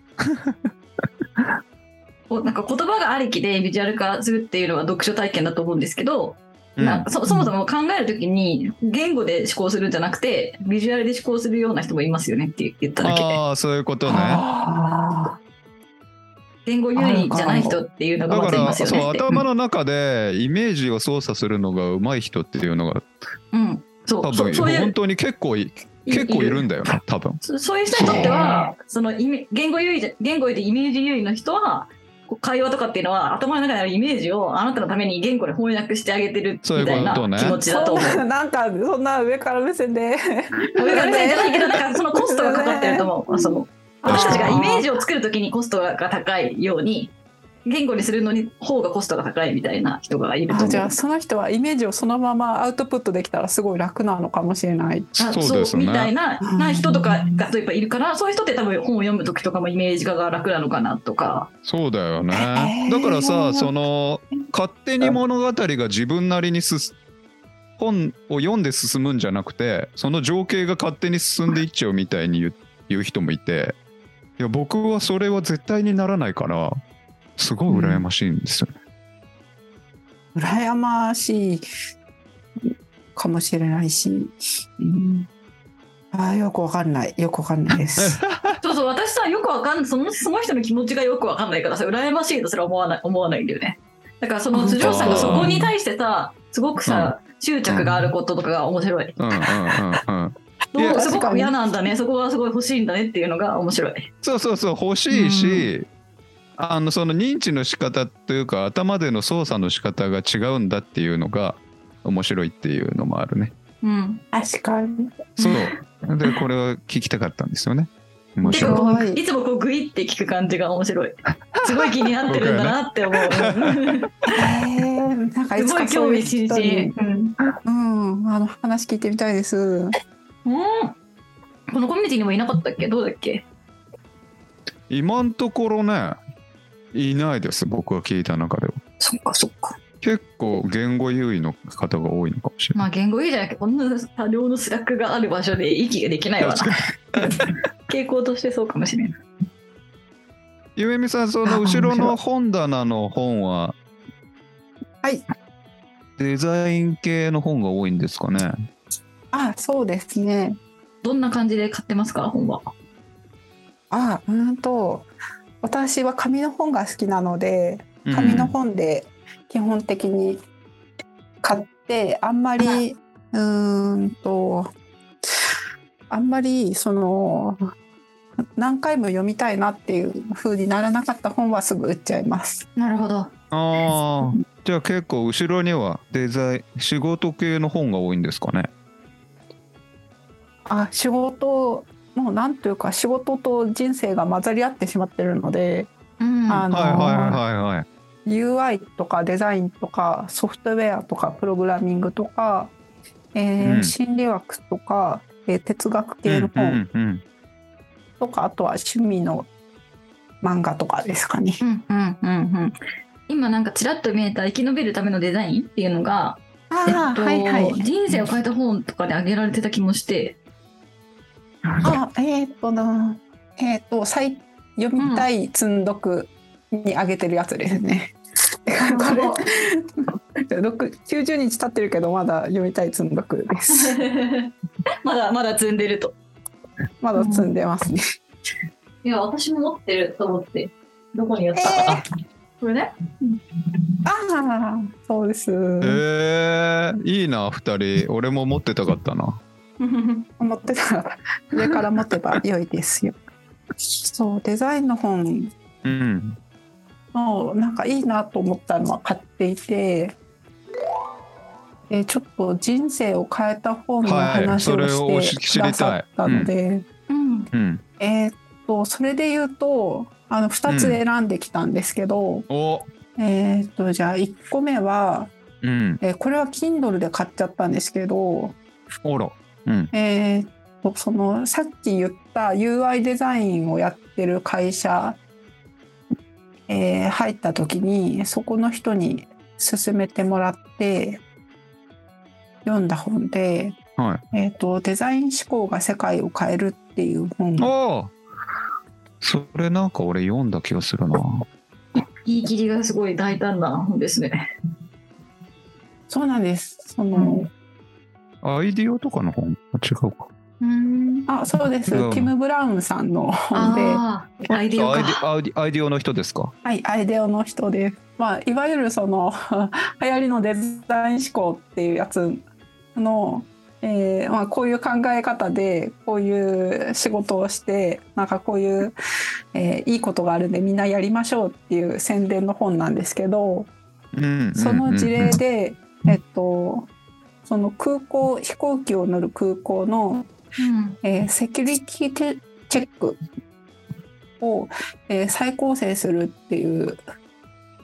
こうなんか言葉がありきでビジュアル化するっていうのは読書体験だと思うんですけど、 うんなんか そ, そもそも考えるときに言語で思考するんじゃなくてビジュアルで思考するような人もいますよねって言っただけで、 ああそういうことね。 あ言語優位じゃない人っていうのがだからまずいますよねそうって。 頭の中でイメージを操作するのがうまい人っていうのがうんうん、そう多分そそういう本当に結構い結構いるんだよね多分。 そそういう人にとってはそのイメ言語優位じゃ言語でイメージ優位の人はこう会話とかっていうのは頭の中にあるイメージをあなたのために言語で翻訳してあげてるみたいな気持ちだと思う。 そんななんかそんな上から目線で上から目線じゃないけど、だからそのコストがかかってると思う。その私たちがイメージを作るときにコストが高いように、 言語にするのに方がコストが高いみたいな人がいると思う。 あじゃあその人はイメージをそのままアウトプットできたらすごい楽なのかもしれない。 あそうですねみたいなな人とかが例えばいるから、そういう人って多分本を読む時とかもイメージ化が楽なのかなとか。 そうだよね。 えーだからさ、その勝手に物語が自分なりにす本を読んで進むんじゃなくて、その情景が勝手に進んでいっちゃうみたいに言う、言う人もいて、いや僕はそれは絶対にならないからすごい羨ましいんですよね。 羨ましいかもしれないし、うん、あよくわかんないよくわかんないです。 そうそう、私さよくわかんない、そのその人の気持ちがよくわかんないからさ、羨ましいとすら思わない思わないんだよね。だからその辻吉さんがそこに対してさすごくさ、うん、執着があることとかが面白い。うんうんうんうんどうすごく嫌なんだね、そこがすごい欲しいんだねっていうのが面白い。 そうそうそう、欲しいし、うん、あのその認知の仕方というか頭での操作の仕方が違うんだっていうのが面白いっていうのもあるね。 うん、 確かに。 そうでこれは聞きたかったんですよね。面白い。いつもこうグイって聞く感じが面白い。すごい気になってるんだなって思う。ね、 えー、なんかいつかそういう人に、うんうん、あの話聞いてみたいです。うん、 このコミュニティにもいなかったっけ、どうだっけ。 今のところねいないです、僕が聞いた中では。 そっかそっか。 結構言語優位の方が多いのかもしれない。 まあ言語優位じゃなくてこんな多量のスラックがある場所で息ができないわな。傾向としてそうかもしれない。 ゆめみさん、その後ろの本棚の本ははいデザイン系の本が多いんですかね。 あ、そうですね。 どんな感じで買ってますか、本は。 あ、うんと私は紙の本が好きなので紙の本で基本的に買って、あんまりうーんとあんまりその何回も読みたいなっていう風にならなかった本はすぐ売っちゃいます。 なるほど。 あじゃあ結構後ろにはデザイン仕事系の本が多いんですかね。 あ、仕事もうなんというか仕事と人生が混ざり合ってしまってるので、 うん、 あのはいはいはいはい。 ユーアイ とかデザインとかソフトウェアとかプログラミングとか、えーうん、心理学とか、えー、哲学系の本とか、うんうんうん、あとは趣味の漫画とかですかね。 うんうんうんうん、今なんかちらっと見えた生き延びるためのデザインっていうのが、えっとはいはい、人生を変えた本とかで挙げられてた気もして。 あえー、っとなえー、っと再読みたい積んどくに挙げてるやつですね。うん、これきゅうじゅうにち経ってるけどまだ読みたい積んどくです。 まだまだ積んでると。 まだ積んでますね。 いや私も持ってると思ってどこにやったかな、えー、これね。 ああそうです。 えー、いいなふたり。俺も持ってたかったな。 持ってたら上から持てば良いですよ。そうデザインの本のなんかいいなと思ったのは買っていて、えちょっと人生を変えた本の話をしてくださったので、えっとそれで言うとあのふたつ選んできたんですけど、うん、えっとじゃあいっこめは、うんえー、これは Kindle で買っちゃったんですけど、 あらうん、 えー、とそのさっき言った ユーアイ デザインをやってる会社、えー、入った時にそこの人に勧めてもらって読んだ本で、はいえー、とデザイン思考が世界を変えるっていう本。 あそれなんか俺読んだ気がするな。 言い切りがすごい大胆な本ですね。 そうなんです。その、うんアイディオとかの本違うか。 うんあそうです。ティム・ブラウンさんの本で。 アイディオか。アイディ、アイディオの人ですか。 はい、アイディオの人で、まあいわゆるその流行りのデザイン思考っていうやつの、えーまあ、こういう考え方でこういう仕事をしてなんかこういう、えー、いいことがあるんでみんなやりましょうっていう宣伝の本なんですけど、うん、その事例で、えっとその空港飛行機を乗る空港の、うんえー、セキュリティチェックを、えー、再構成するっていう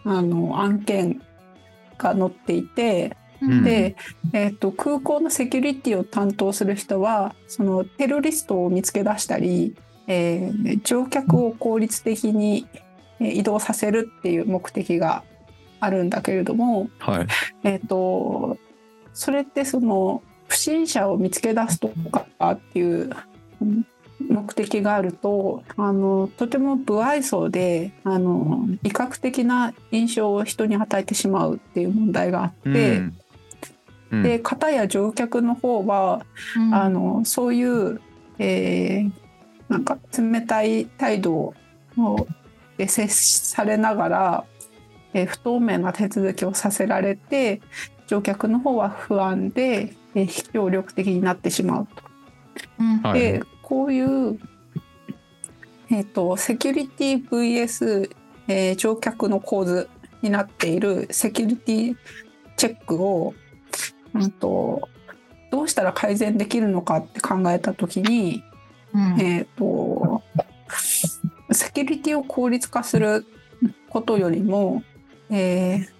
あの案件が載っていて、 うんで、えー、と空港のセキュリティを担当する人はそのテロリストを見つけ出したり、えー乗客を効率的にえー移動させるっていう目的があるんだけれども、 はい。 えー、とそれってその不審者を見つけ出すとかっていううん目的があると、あのとても不愛想であの威嚇的な印象を人に与えてしまうっていう問題があって、 うんうんで片や乗客の方は、 うんあのそういう、えーなんか冷たい態度をで接されながら、えー不透明な手続きをさせられて、乗客の方は不安で、えー非協力的になってしまうと。 うんはいでこういう、えー、とセキュリティ ブイエス、えー乗客の構図になっているセキュリティチェックを、うん、とどうしたら改善できるのかって考えた時に、 うんえー、とセキュリティを効率化することよりも、えー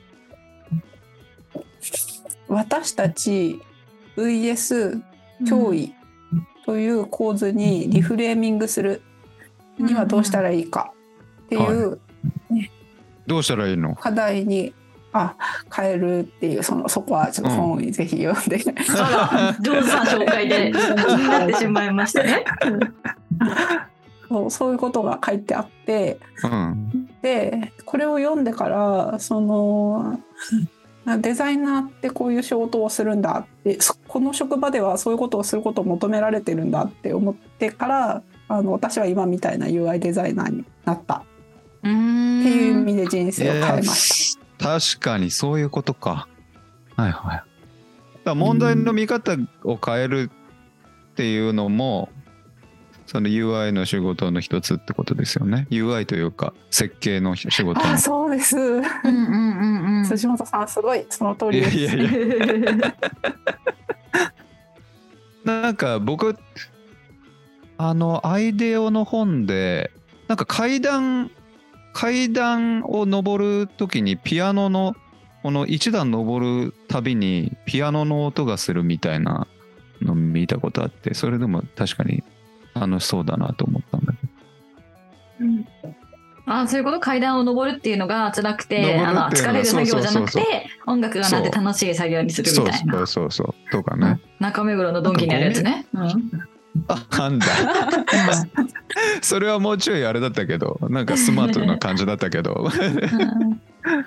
私たち ブイエス 脅威という構図にリフレーミングするにはどうしたらいいかっていうどうしたらいいの？ 課題にあ変えるっていう、そのそこはちょっと本をぜひ読んで、 あら、上手な紹介で気になってしまいましたね。 そうそういうことが書いてあって、 うんでこれを読んでからそのデザイナーってこういう仕事をするんだって、そこの職場ではそういうことをすることを求められてるんだって思ってから、あの私は今みたいな ユーアイ デザイナーになったっうーんていう意味で人生を変えまし確かにそういうことか。はいはい。だから問題の見方を変えるっていうのも、その ユーアイ の仕事の一つってことですよね。ユーアイ というか設計の仕事の。 た。あ、そうです。 うんうんうんうん。 辻本さんすごいその通いりです。 やいやいや。なんか僕あのアイデオの本でなんか階段階段を登る時にピアノのこの一段登るたびにピアノの音がするみたいなの見たことあって、それでも確かに楽しそうだなと思ったんだけど。 うんあ、そういうこと。階段を登るっていうのが辛くて、 登るあのっていうのが疲れる作業じゃなくそうそうそうて音楽がなって楽しい作業にするみたいな。 そうそうそうそうとかねうん。中目黒のドンキにあるやつね。うんあ、なんだ。それはもうちょいあれだったけど、なんかスマートな感じだったけど。 うん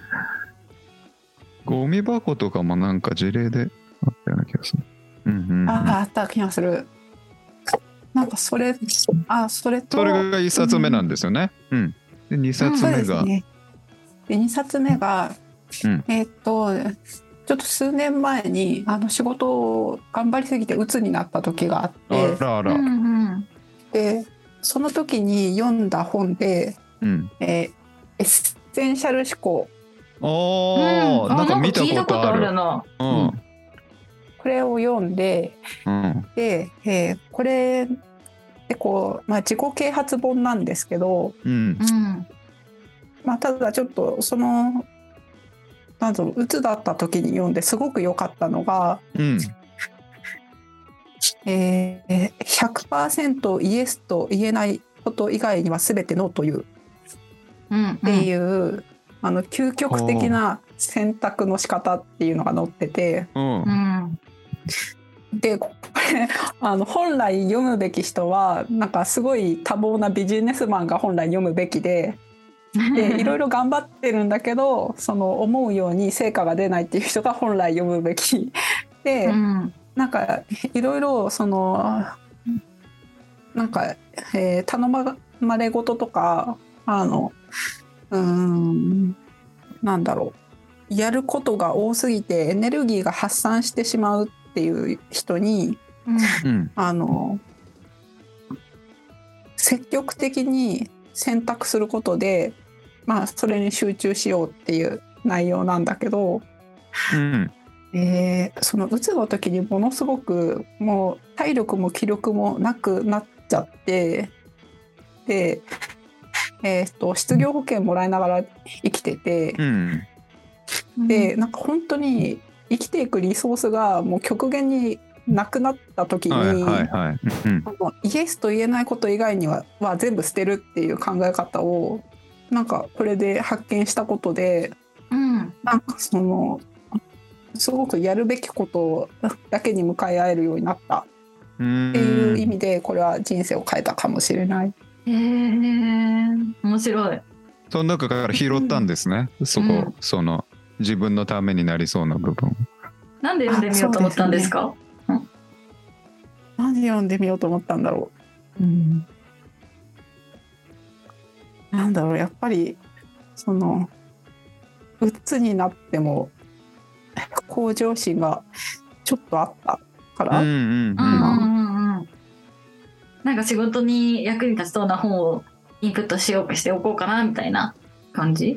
ゴミ箱とかもなんか事例であったような気がする。うんうんうん、 ああった気がする。なんかそれあそれとそれが一冊目なんですよね。うん。で二冊そう目が、 ですね。でにさつめが、 うんえーっとちょっと数年前にあの仕事を頑張りすぎて鬱になった時があっあて、 らあら。 うんうんでその時に読んだ本で、 うん。 えーエッセンシャル思考、 おー、 うんあなんか見た聞いたことある。 るな。 うん。 これを読んで、 うん。 で、えーこれでこう、まあ、自己啓発本なんですけど、 うん。 うんまあ、ただちょっとそのなんだろう鬱だった時に読んですごく良かったのが、 うん。 えー、ひゃくパーセント イエスと言えないこと以外には全てノーといううんっていう、あの究極的な選択の仕方っていうのが載ってて、 うんう。んでこれあの本来読むべき人はなんかすごい多忙なビジネスマンが本来読むべきで、でいろいろ頑張ってるんだけどその思うように成果が出ないっていう人が本来読むべきで、 うんなんかいろいろそのなんか、えー頼まれ事とかあのうーんなんだろうやることが多すぎてエネルギーが発散してしまうっていう人にうん。 あの積極的に選択することで、まあ、それに集中しようっていう内容なんだけど、 うん。 えーそのうつの時にものすごくもう体力も気力もなくなっちゃってでえー、と失業保険もらいながら生きてて、 うんでなんか本当に生きていくリソースがもう極限になくなった時に、 はいはいはい、うんあのイエスと言えないこと以外には、は全部捨てるっていう考え方をなんかこれで発見したことで、 うんなんかそのすごくやるべきことだけに向かい合えるようになったっていう意味で、これは人生を変えたかもしれない。 へえ面白い。 その中から拾ったんですね、うん、そこ、うん、その自分のためになりそうな部分。 なんで読んでみようと思ったんですか？ うん、なんで読んでみようと思ったんだろう、うん、なんだろうやっぱりその鬱になっても向上心がちょっとあったから、うんうんうんうんうん、なんか仕事に役に立ちそうな本をインプットしようとしておこうかなみたいな感じ？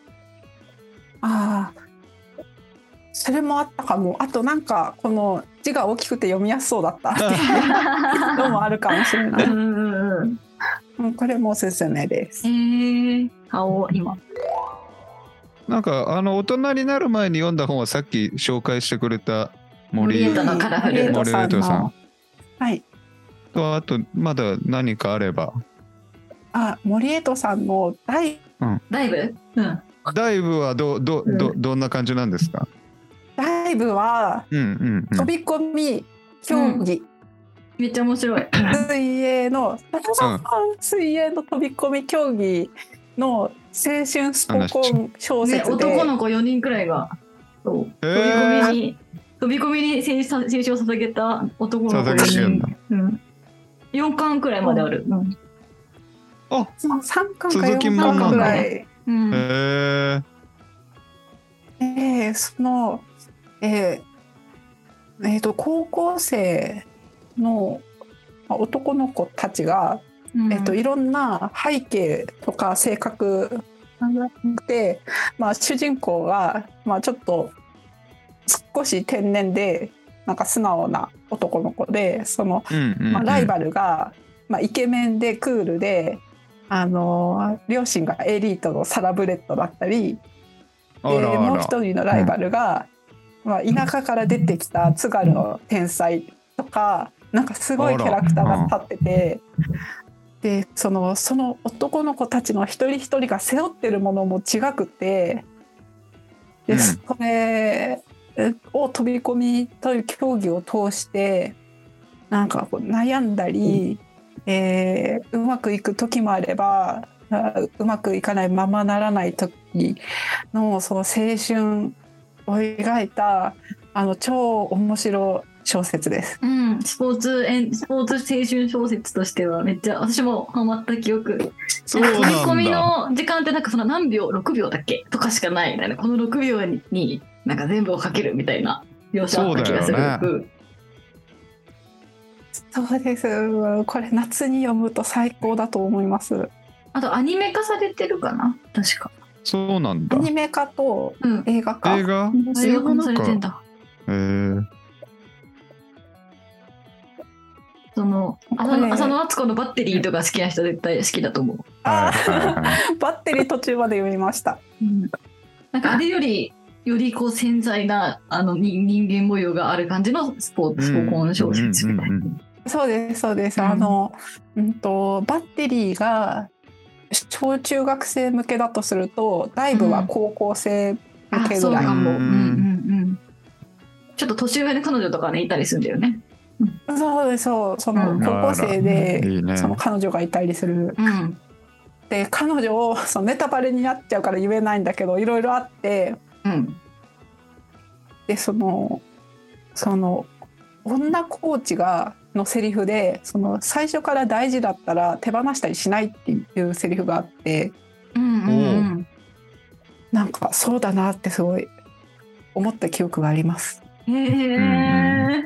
ああ、それもあったかも。あとなんかこの字が大きくて読みやすそうだったっていうのもあるかもしれない。うんうんうん、これもおすすめです。 えー、青今。 なんかあの大人になる前に読んだ本はさっき紹介してくれた森エイトのカラフル。 森エイトさん。はい。 とあとまだ何かあれば。 あ、森エイトさんのダイ、 うん、ダイブ、うん、 ダイブはどどどどんな感じなんですか？ ダイブは、うんうんうん、飛び込み競技、うん、 めっちゃ面白い。 水泳の、うん、水泳の飛び込み競技の青春スポコン小説で、 ね、男の子よにんくらいがそう飛び込みに飛び込みに青春を捧げた男の子よにん、うん、よんかんくらいまである。うん、 あ、 さんかんかよんかんくらい。うん、へえー、その、えーえー、と高校生の男の子たちが、うんえー、といろんな背景とか性格で、まあ、主人公は、まあ、ちょっと少し天然でなんか素直な男の子で、その、うんうんうんまあ、ライバルが、まあ、イケメンでクールで、あの両親がエリートのサラブレッドだったりで、もう一人のライバルが、うんまあ、田舎から出てきた津軽の天才とか、なんかすごいキャラクターが立ってて、でそのその男の子たちの一人一人が背負ってるものも違くて、で、うん、それを飛び込みという競技を通してなんかこう悩んだり、うんえー、うまくいく時もあればうまくいかないままならない時のその青春を描いたあの超面白い小説です、 うん、スポーツスポーツ青春小説としてはめっちゃ私もハマった記憶。 そうなんだ。 飛び込みの時間ってなんかその何秒ろくびょうだっけとかしかないみたいな、このろくびょうになんか全部をかけるみたいな描写あった気がする。 そうです。これ夏に読むと最高だと思います。 あとアニメ化されてるかな、確か。 そうなんだ。 アニメ化と映画化、 うん、映画映画化もされてんだ。 へー。 その浅野敦子のバッテリーとか好きな人絶対好きだと思う。 あバッテリー途中まで読みました。 うん、なんかあれよりよりこう繊細なあの人間模様がある感じのスポーツスポコン小説みたいな。 そうですそうです。うん、あの、うんとバッテリーが小中学生向けだとすると、ダイブは高校生向けぐらい。 うん、うんうんうん、ちょっと年上の彼女とかねいたりするんだよね。 うん、そうですそう。その高校生で、うんいいね、その彼女がいたりする。うん、で彼女をそのネタバレになっちゃうから言えないんだけど、いろいろあって、うん、でそのその女コーチがのセリフで、その最初から大事だったら手放したりしないっていうセリフがあって、うんうんうん、なんかそうだなってすごい思った記憶があります。 へー、うん、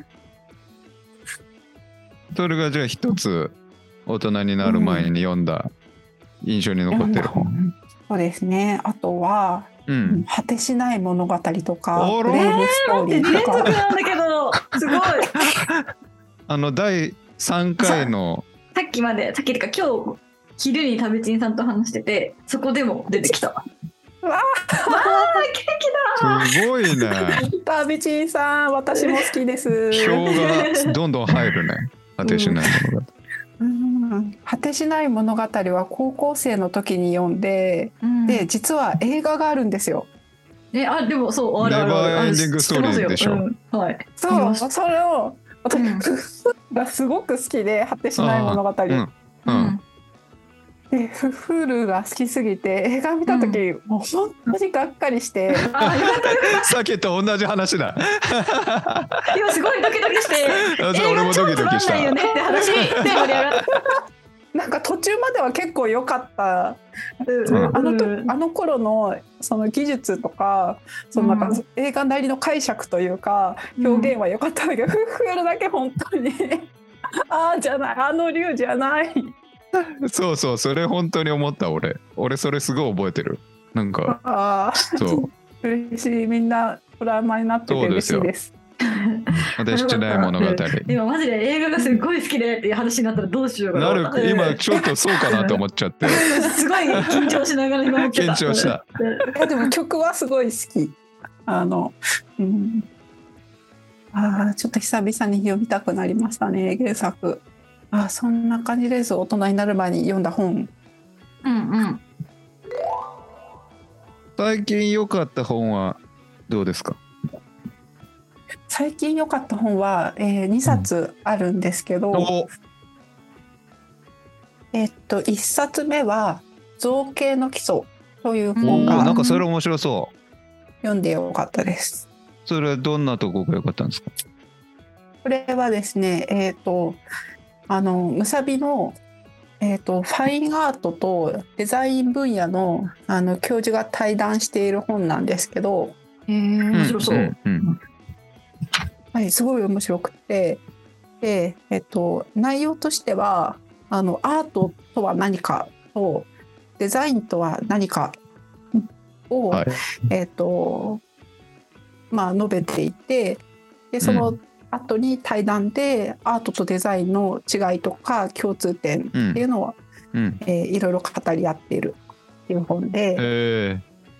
それがじゃあ一つ大人になる前に読んだ印象に残ってる本、うん、 そうですね。あとは、うん、果てしない物語とかブレイブストーリーとか、 えー、待って連続なんだけどすごいあのだいさんかいのさっきまでさっきってか今日昼に食べちんさんと話してて、そこでも出てきた。わうわあ、ケーキだ。 すごいね。 タビチンさん、私も好きです。 票がどんどん入るね。果てしない物語。 うん、果てしない物語は高校生の時に読んで、 うん、 で実は映画があるんですよ。 ね、あ、でもそうあるあるある。 ネバーエンディングストーリーでしょ。 うん、はい。 そうそれを私、うん、がすごく好きで、果てしない物語。 うんうん、 でフフルが好きすぎて映画見た時、うん、もう本当にがっかりしてさっきと同じ話だ。 今すごいドキドキして俺もドキドキした。 映画超つまんないよねって話で盛り上がった。 なんか途中までは結構良かった、うん、あのとあの頃のその技術とか、そのなんか映画なりの解釈というか表現は良かったんだけど、フフルだけ本当にああじゃない、あの竜じゃない。 そうそう、それ本当に思った。俺俺それすごい覚えてる。なんかあそう嬉しい、みんなトラウマになってて嬉しいです。 果てしない物語。 今マジで映画がすごい好きでっていう話になったらどうしようかな。 なる、今ちょっとそうかなと思っちゃって。 すごい緊張しながら今思ってた。 緊張した。 でも曲はすごい好き。あの、うん、あちょっと久々に読みたくなりましたね、原作。あ、そんな感じです。大人になる前に読んだ本。 うんうん。 最近良かった本はどうですか？ 最近良かった本は、えー、にさつあるんですけど、うん、えー、っといっさつめは造形の基礎という本が、 なんかそれ面白そう。 読んでよかったです。 それはどんなとこが良かったんですか？ これはですね、えー、っとあのむさびの、えー、とファインアートとデザイン分野 の, あの教授が対談している本なんですけど、 へー面白そう、うんうんはい、すごい面白くて、で、えー、と内容としてはあのアートとは何かとデザインとは何かを、はい、えーとまあ、述べていて、でその、うん後に対談でアートとデザインの違いとか共通点っていうのを、うんえー、いろいろ語り合っているっていう本で、え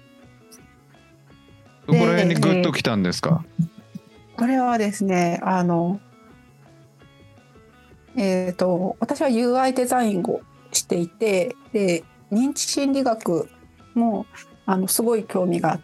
ー、どこら辺にグッときたんですか？ えー、これはですね、あの、えーと、私は ユーアイ デザインをしていて、で認知心理学もあのすごい興味があって、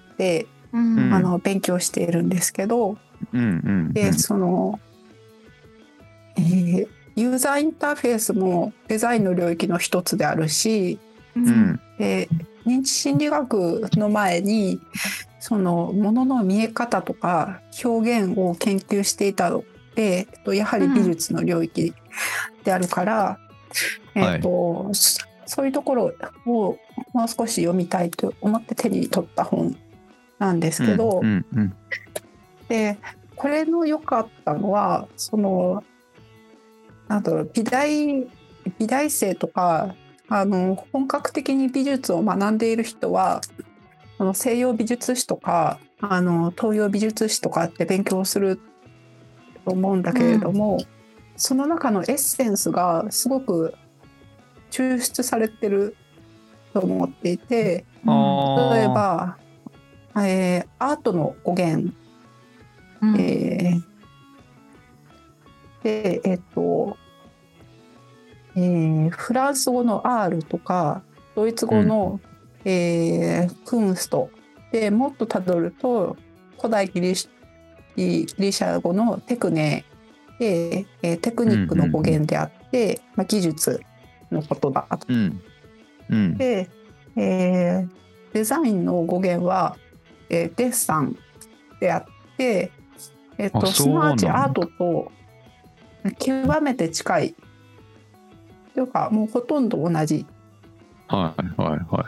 うん、あの勉強しているんですけど、うんうんうん、でその、えー、ユーザーインターフェースもデザインの領域の一つであるし、うんえー、認知心理学の前にそのものの見え方とか表現を研究していたので、やはり美術の領域であるから、うんえーとはい、そういうところをもう少し読みたいと思って手に取った本なんですけど、うんうんうんでこれの良かったのはそのなんだろう美大美大生とかあの本格的に美術を学んでいる人はあの西洋美術史とかあの東洋美術史とかって勉強すると思うんだけれども、うん、その中のエッセンスがすごく抽出されてると思っていて、例えば、えー、アートの語源うんえー、でえっと、えー、フランス語の R とかドイツ語の、うんえー、クンストでもっとたどると古代ギリシギリシャ語のテクネで、えー、テクニックの語源であって、うんうんまあ、技術のことだと、うんうん、で、えー、デザインの語源は、えー、デッサンであってえっと、すなわちアートと極めて近いというかもうほとんど同じ、 はいはいはい、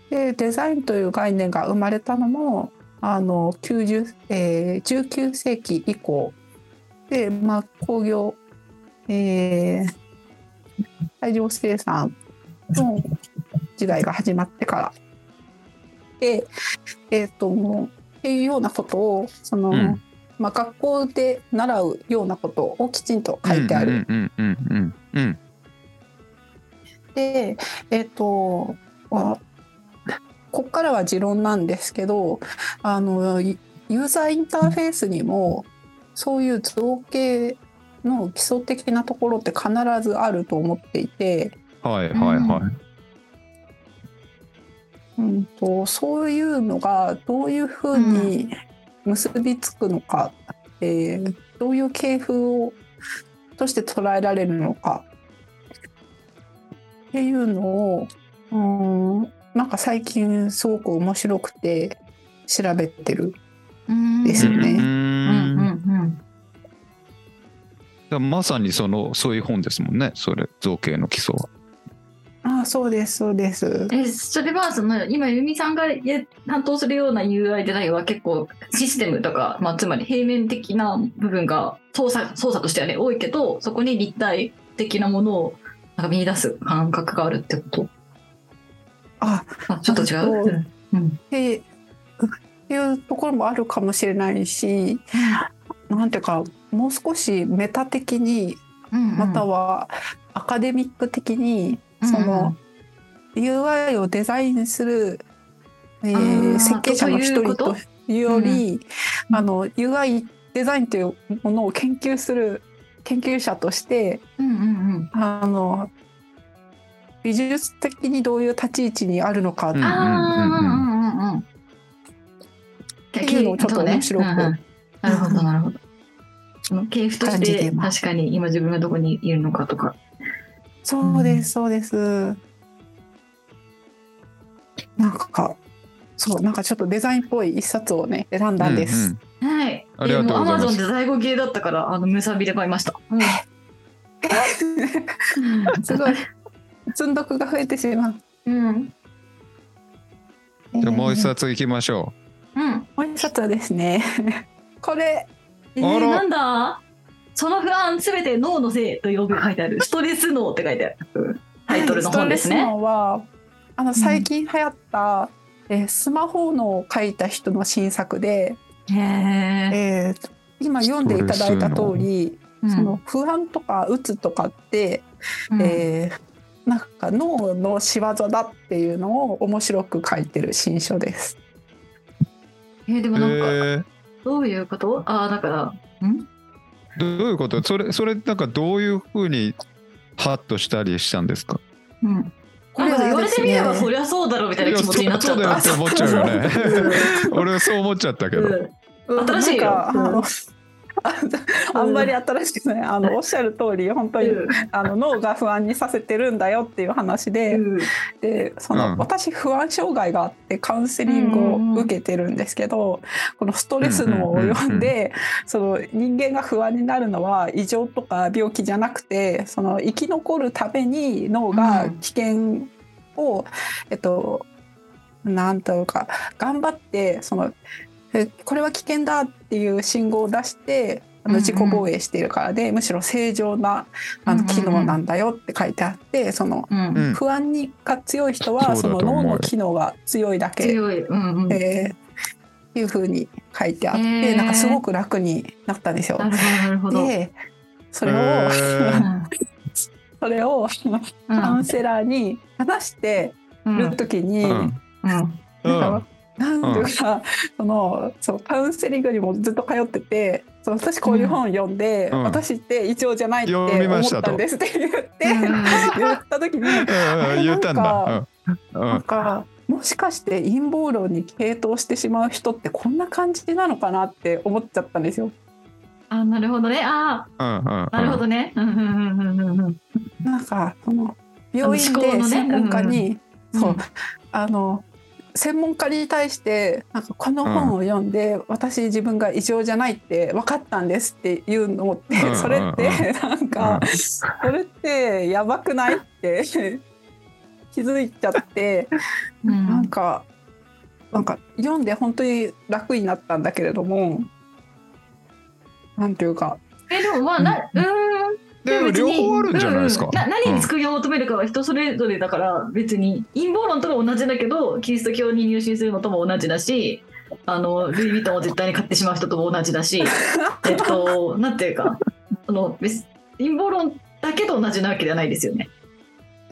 でデザインという概念が生まれたのもあのきゅうじゅう、えー、じゅうきゅうせいき以降で、まあ、工業、えー、大量生産の時代が始まってからで、えー、とっていうようなことをその、うんまあ、学校で習うようなことをきちんと書いてある。 で、えっと、あここからは持論なんですけど、あのユーザーインターフェースにもそういう造形の基礎的なところって必ずあると思っていて、 はいはいはい。 うんと、そういうのがどういうふうに結びつくのか、うんえー、どういう系譜をとして捉えられるのかっていうのを、うん、なんか最近すごく面白くて調べてるんですよね。うんうんうん、まさにそのそういう本ですもんね、それ造形の基礎は。 ああ、そうですそうです。 え、それはその今由美さんが担当するような ユーアイ デザインは結構システムとか、まあ、つまり平面的な部分が操作操作としてはね多いけど、そこに立体的なものをなんか見出す感覚があるってこと？ ああ、ちょっと違う。 うん、っていうところもあるかもしれないし、なんていうかもう少しメタ的に、うんうん、またはアカデミック的にその ユーアイ をデザインする、えー、設計者の一人というより、うん、あの ユーアイ デザインというものを研究する研究者として、うんうんうん、あの美術的にどういう立ち位置にあるのかっていうのをちょっと面白く、 うんうん、なるほどなるほど。その系譜として確かに今自分がどこにいるのかとか。 そうですそうです、うん、なんかそうなんかちょっとデザインっぽい一冊をね選んだんです、 うんうん、はい。ありがとうございます。アマゾンで在庫切れだったからあのムサビで買いました、うん、 すごい積んどくが増えてしまう、うん、 じゃあもう一冊いきましょう、うん、もう一冊はですねこれ、 えー、なんだその不安すべて脳のせいと呼ぶ書いてあるストレス脳って書いてあるタイトルの本ですね。 ストレス脳はあの最近流行った、うんえー、スマホ脳を書いた人の新作で、へえー、今読んでいただいた通り、うん、その不安とかうつとかって、うんえー、なんか脳の仕業だっていうのを面白く書いてる新書です。 えー、でもなんかどういうこと？ああだからんどういうこと？それそれなんかどういうふうにハッとしたりしたんですか？ うん。これ言われてみればそりゃそうだろうみたいな気持ちになっちゃった。 そうだよって思っちゃうよね。俺はそう思っちゃったけど。 うん、新しいよ。 あんまり新しくない、あのおっしゃる通り本当に、うん、あの脳が不安にさせてるんだよっていう話で、うん、でその、うん、私不安障害があってカウンセリングを受けてるんですけど、うん、このストレス脳を読んで、その人間が不安になるのは異常とか病気じゃなくて、その生き残るために脳が危険を、うん、えっとなんというか頑張ってそのこれは危険だっていう信号を出してあの自己防衛しているからで、うんうん、むしろ正常なあの機能なんだよって書いてあって、その不安にが強い人はその脳の機能が強いだけ、強い、うんうんえー、いう風に書いてあって、えー、なんかすごく楽になったんですよ。 なるほど。 でそれを、えー、それをカウンセラーに話してる時に、うんうんなんかなんていうか、うん、そのそうカウンセリングにもずっと通ってて、その私こういう本を読んで、うん、私って異常じゃないって思ったんですって言って、うん、言った時に、うん、言ったんだ、うん、なんかもしかして陰謀論に傾倒してしまう人ってこんな感じなのかなって思っちゃったんですよ。 あ、なるほどね。あ、うんうんうん、なるほどね。 なんかその病院で専門家に、ね、そう、あの専門家に対してなんかこの本を読んで、うん、私自分が異常じゃないって分かったんですっていうのって、うん、それってなんか、うん、それってやばくないって気づいちゃって、うん、なんかなんか読んで本当に楽になったんだけれども、なんていうかえでもまあな、うん、 でも両方あるんじゃないですか、 うん、な何に救いを求めるかは人それぞれだから、別に陰謀論とか同じだけどキリスト教に入信するのとも同じだし、あのルイ・ヴィトンを絶対に買ってしまう人とも同じだしえっとなんていうかあの陰謀論だけど同じなわけではないですよね。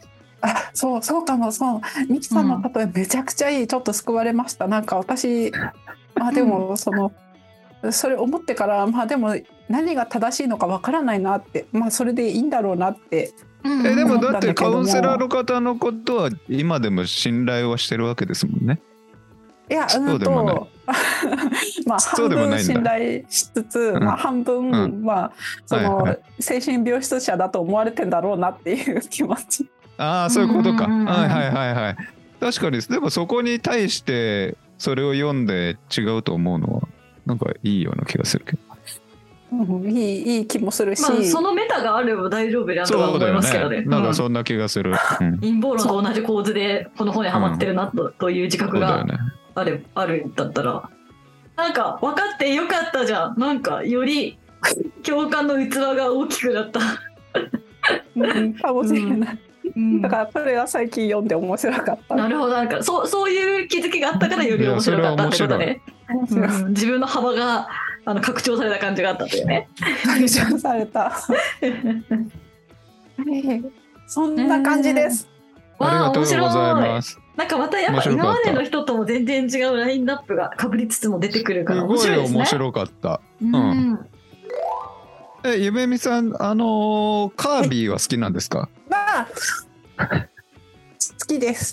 あ、そうそうかも。そう、ミキさんの例えめちゃくちゃいい。ちょっと救われました。なんか私、まあでもそのそれ思ってから、まあでも何が正しいのかわからないなって、まあそれでいいんだろうなって。 うんえでもだって思ったんだけどもカウンセラーの方のことは今でも信頼はしてるわけですもんね。 いや、 そうでもないうんとまあ半そうでもないんだ分信頼しつつ、 んまあ半分、 うんまあその、 はいはい精神病室者だと思われてんだろうなっていう気持ち。 ああそういうことか。 うんうんうんうんはいはいはいはい。確かにでもそこに対してそれを読んで違うと思うのはなんかいいような気がするけど。 うん、いいいい気もするし、 まあ、そのメタがあれば大丈夫だとは思いますけどね。 なんかそんな気がする。うん陰謀論と同じ構図でこの本にはまってるなと、という自覚がそうだよね。 ある、あるんだったら、なんか分かってよかったじゃん。なんかより共感の器が大きくなった。 うんかもしれない。 うんだからそれは最近読んで面白かった。 なるほど、なんかそうそういう気づきがあったからより面白かったってことね。 面白い。 うん自分の幅があの拡張された感じがあったというね。 解消された。そんな感じです。 ありがとうございまわす。 あ面白い。なんかまたやっぱ今までの人とも全然違うラインナップがかぶりつつも出てくるから面すごい白いですね。 面白かった。 うんうんえゆめみさんあのーカービィは好きなんですか？ まあ好きです。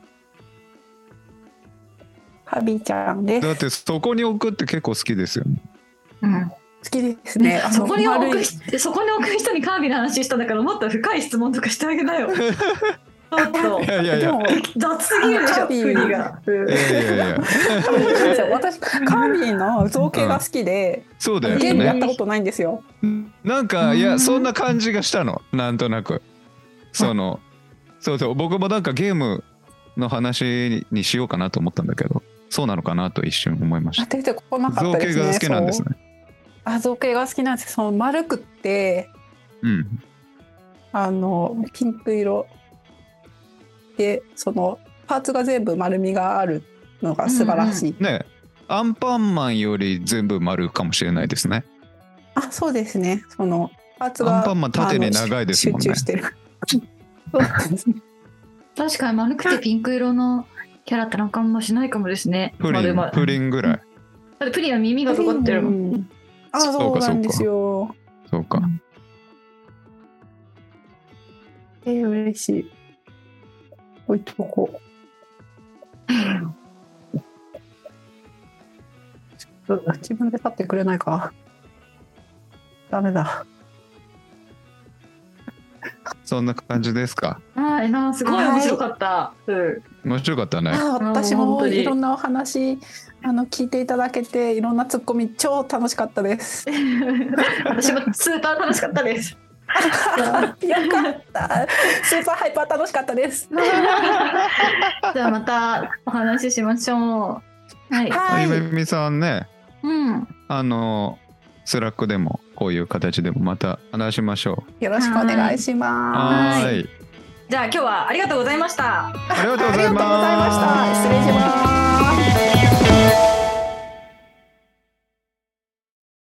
カビちゃんです。 だってそこに置くって結構好きですよね。 うん好きですね。あのそこに置丸いく人そこに置く人にカービィの話したんだからもっと深い質問とかしてあげなよ。ちょっといやいやいやでも雑すぎるでしょカービィ振りが。うんいやいやいや私カービィの造形が好きで、 そうだよゲームやっね。 たことないんですよ。 なんかいうんやそんな感じがしたのなんとなくそのそうそう僕もなんかゲームの話にしようかなと思ったんだけどそうなのかなと一瞬思いましあた。 出てこなかったですね。 造形が好きなんですね。 そうあ造形が好きなんです。その丸くってうんあのピンク色でそのパーツが全部丸みがあるのが素晴らしい。 ねアンパンマンより全部丸かもしれないですね。 あそうですね。そのパーツがアンパンマン縦に長いですもんねあの集中してる。そうですね。 確かに丸くてピンク色のキャラってなんかあんましないかもですね。 プリン丸々 プリンぐらい。 だってプリンは耳が尖ってるもん。 うんあそうかそうなんですよ。 そうか。 えー、嬉しい。置いとこう。ちょっと自分で立ってくれないか。ダメだ。 そんな感じですか。 はいなすごい面白かった。うん面白かったね。 あ私ももう本当にいろんなお話あの聞いていただけていろんなツッコミ超楽しかったです。 私もスーパー楽しかったです。 よかった。スーパーハイパー楽しかったです。 じゃあまたお話ししましょう。はい。 はい。 ゆめみさんねうん。 あのスラックでもこういう形でもまた話しましょよろしくお願いしう。 ます。 はい。 じゃあ今日はありがとうございました。 ありがとうございありがとうございました。 ます。 失礼します。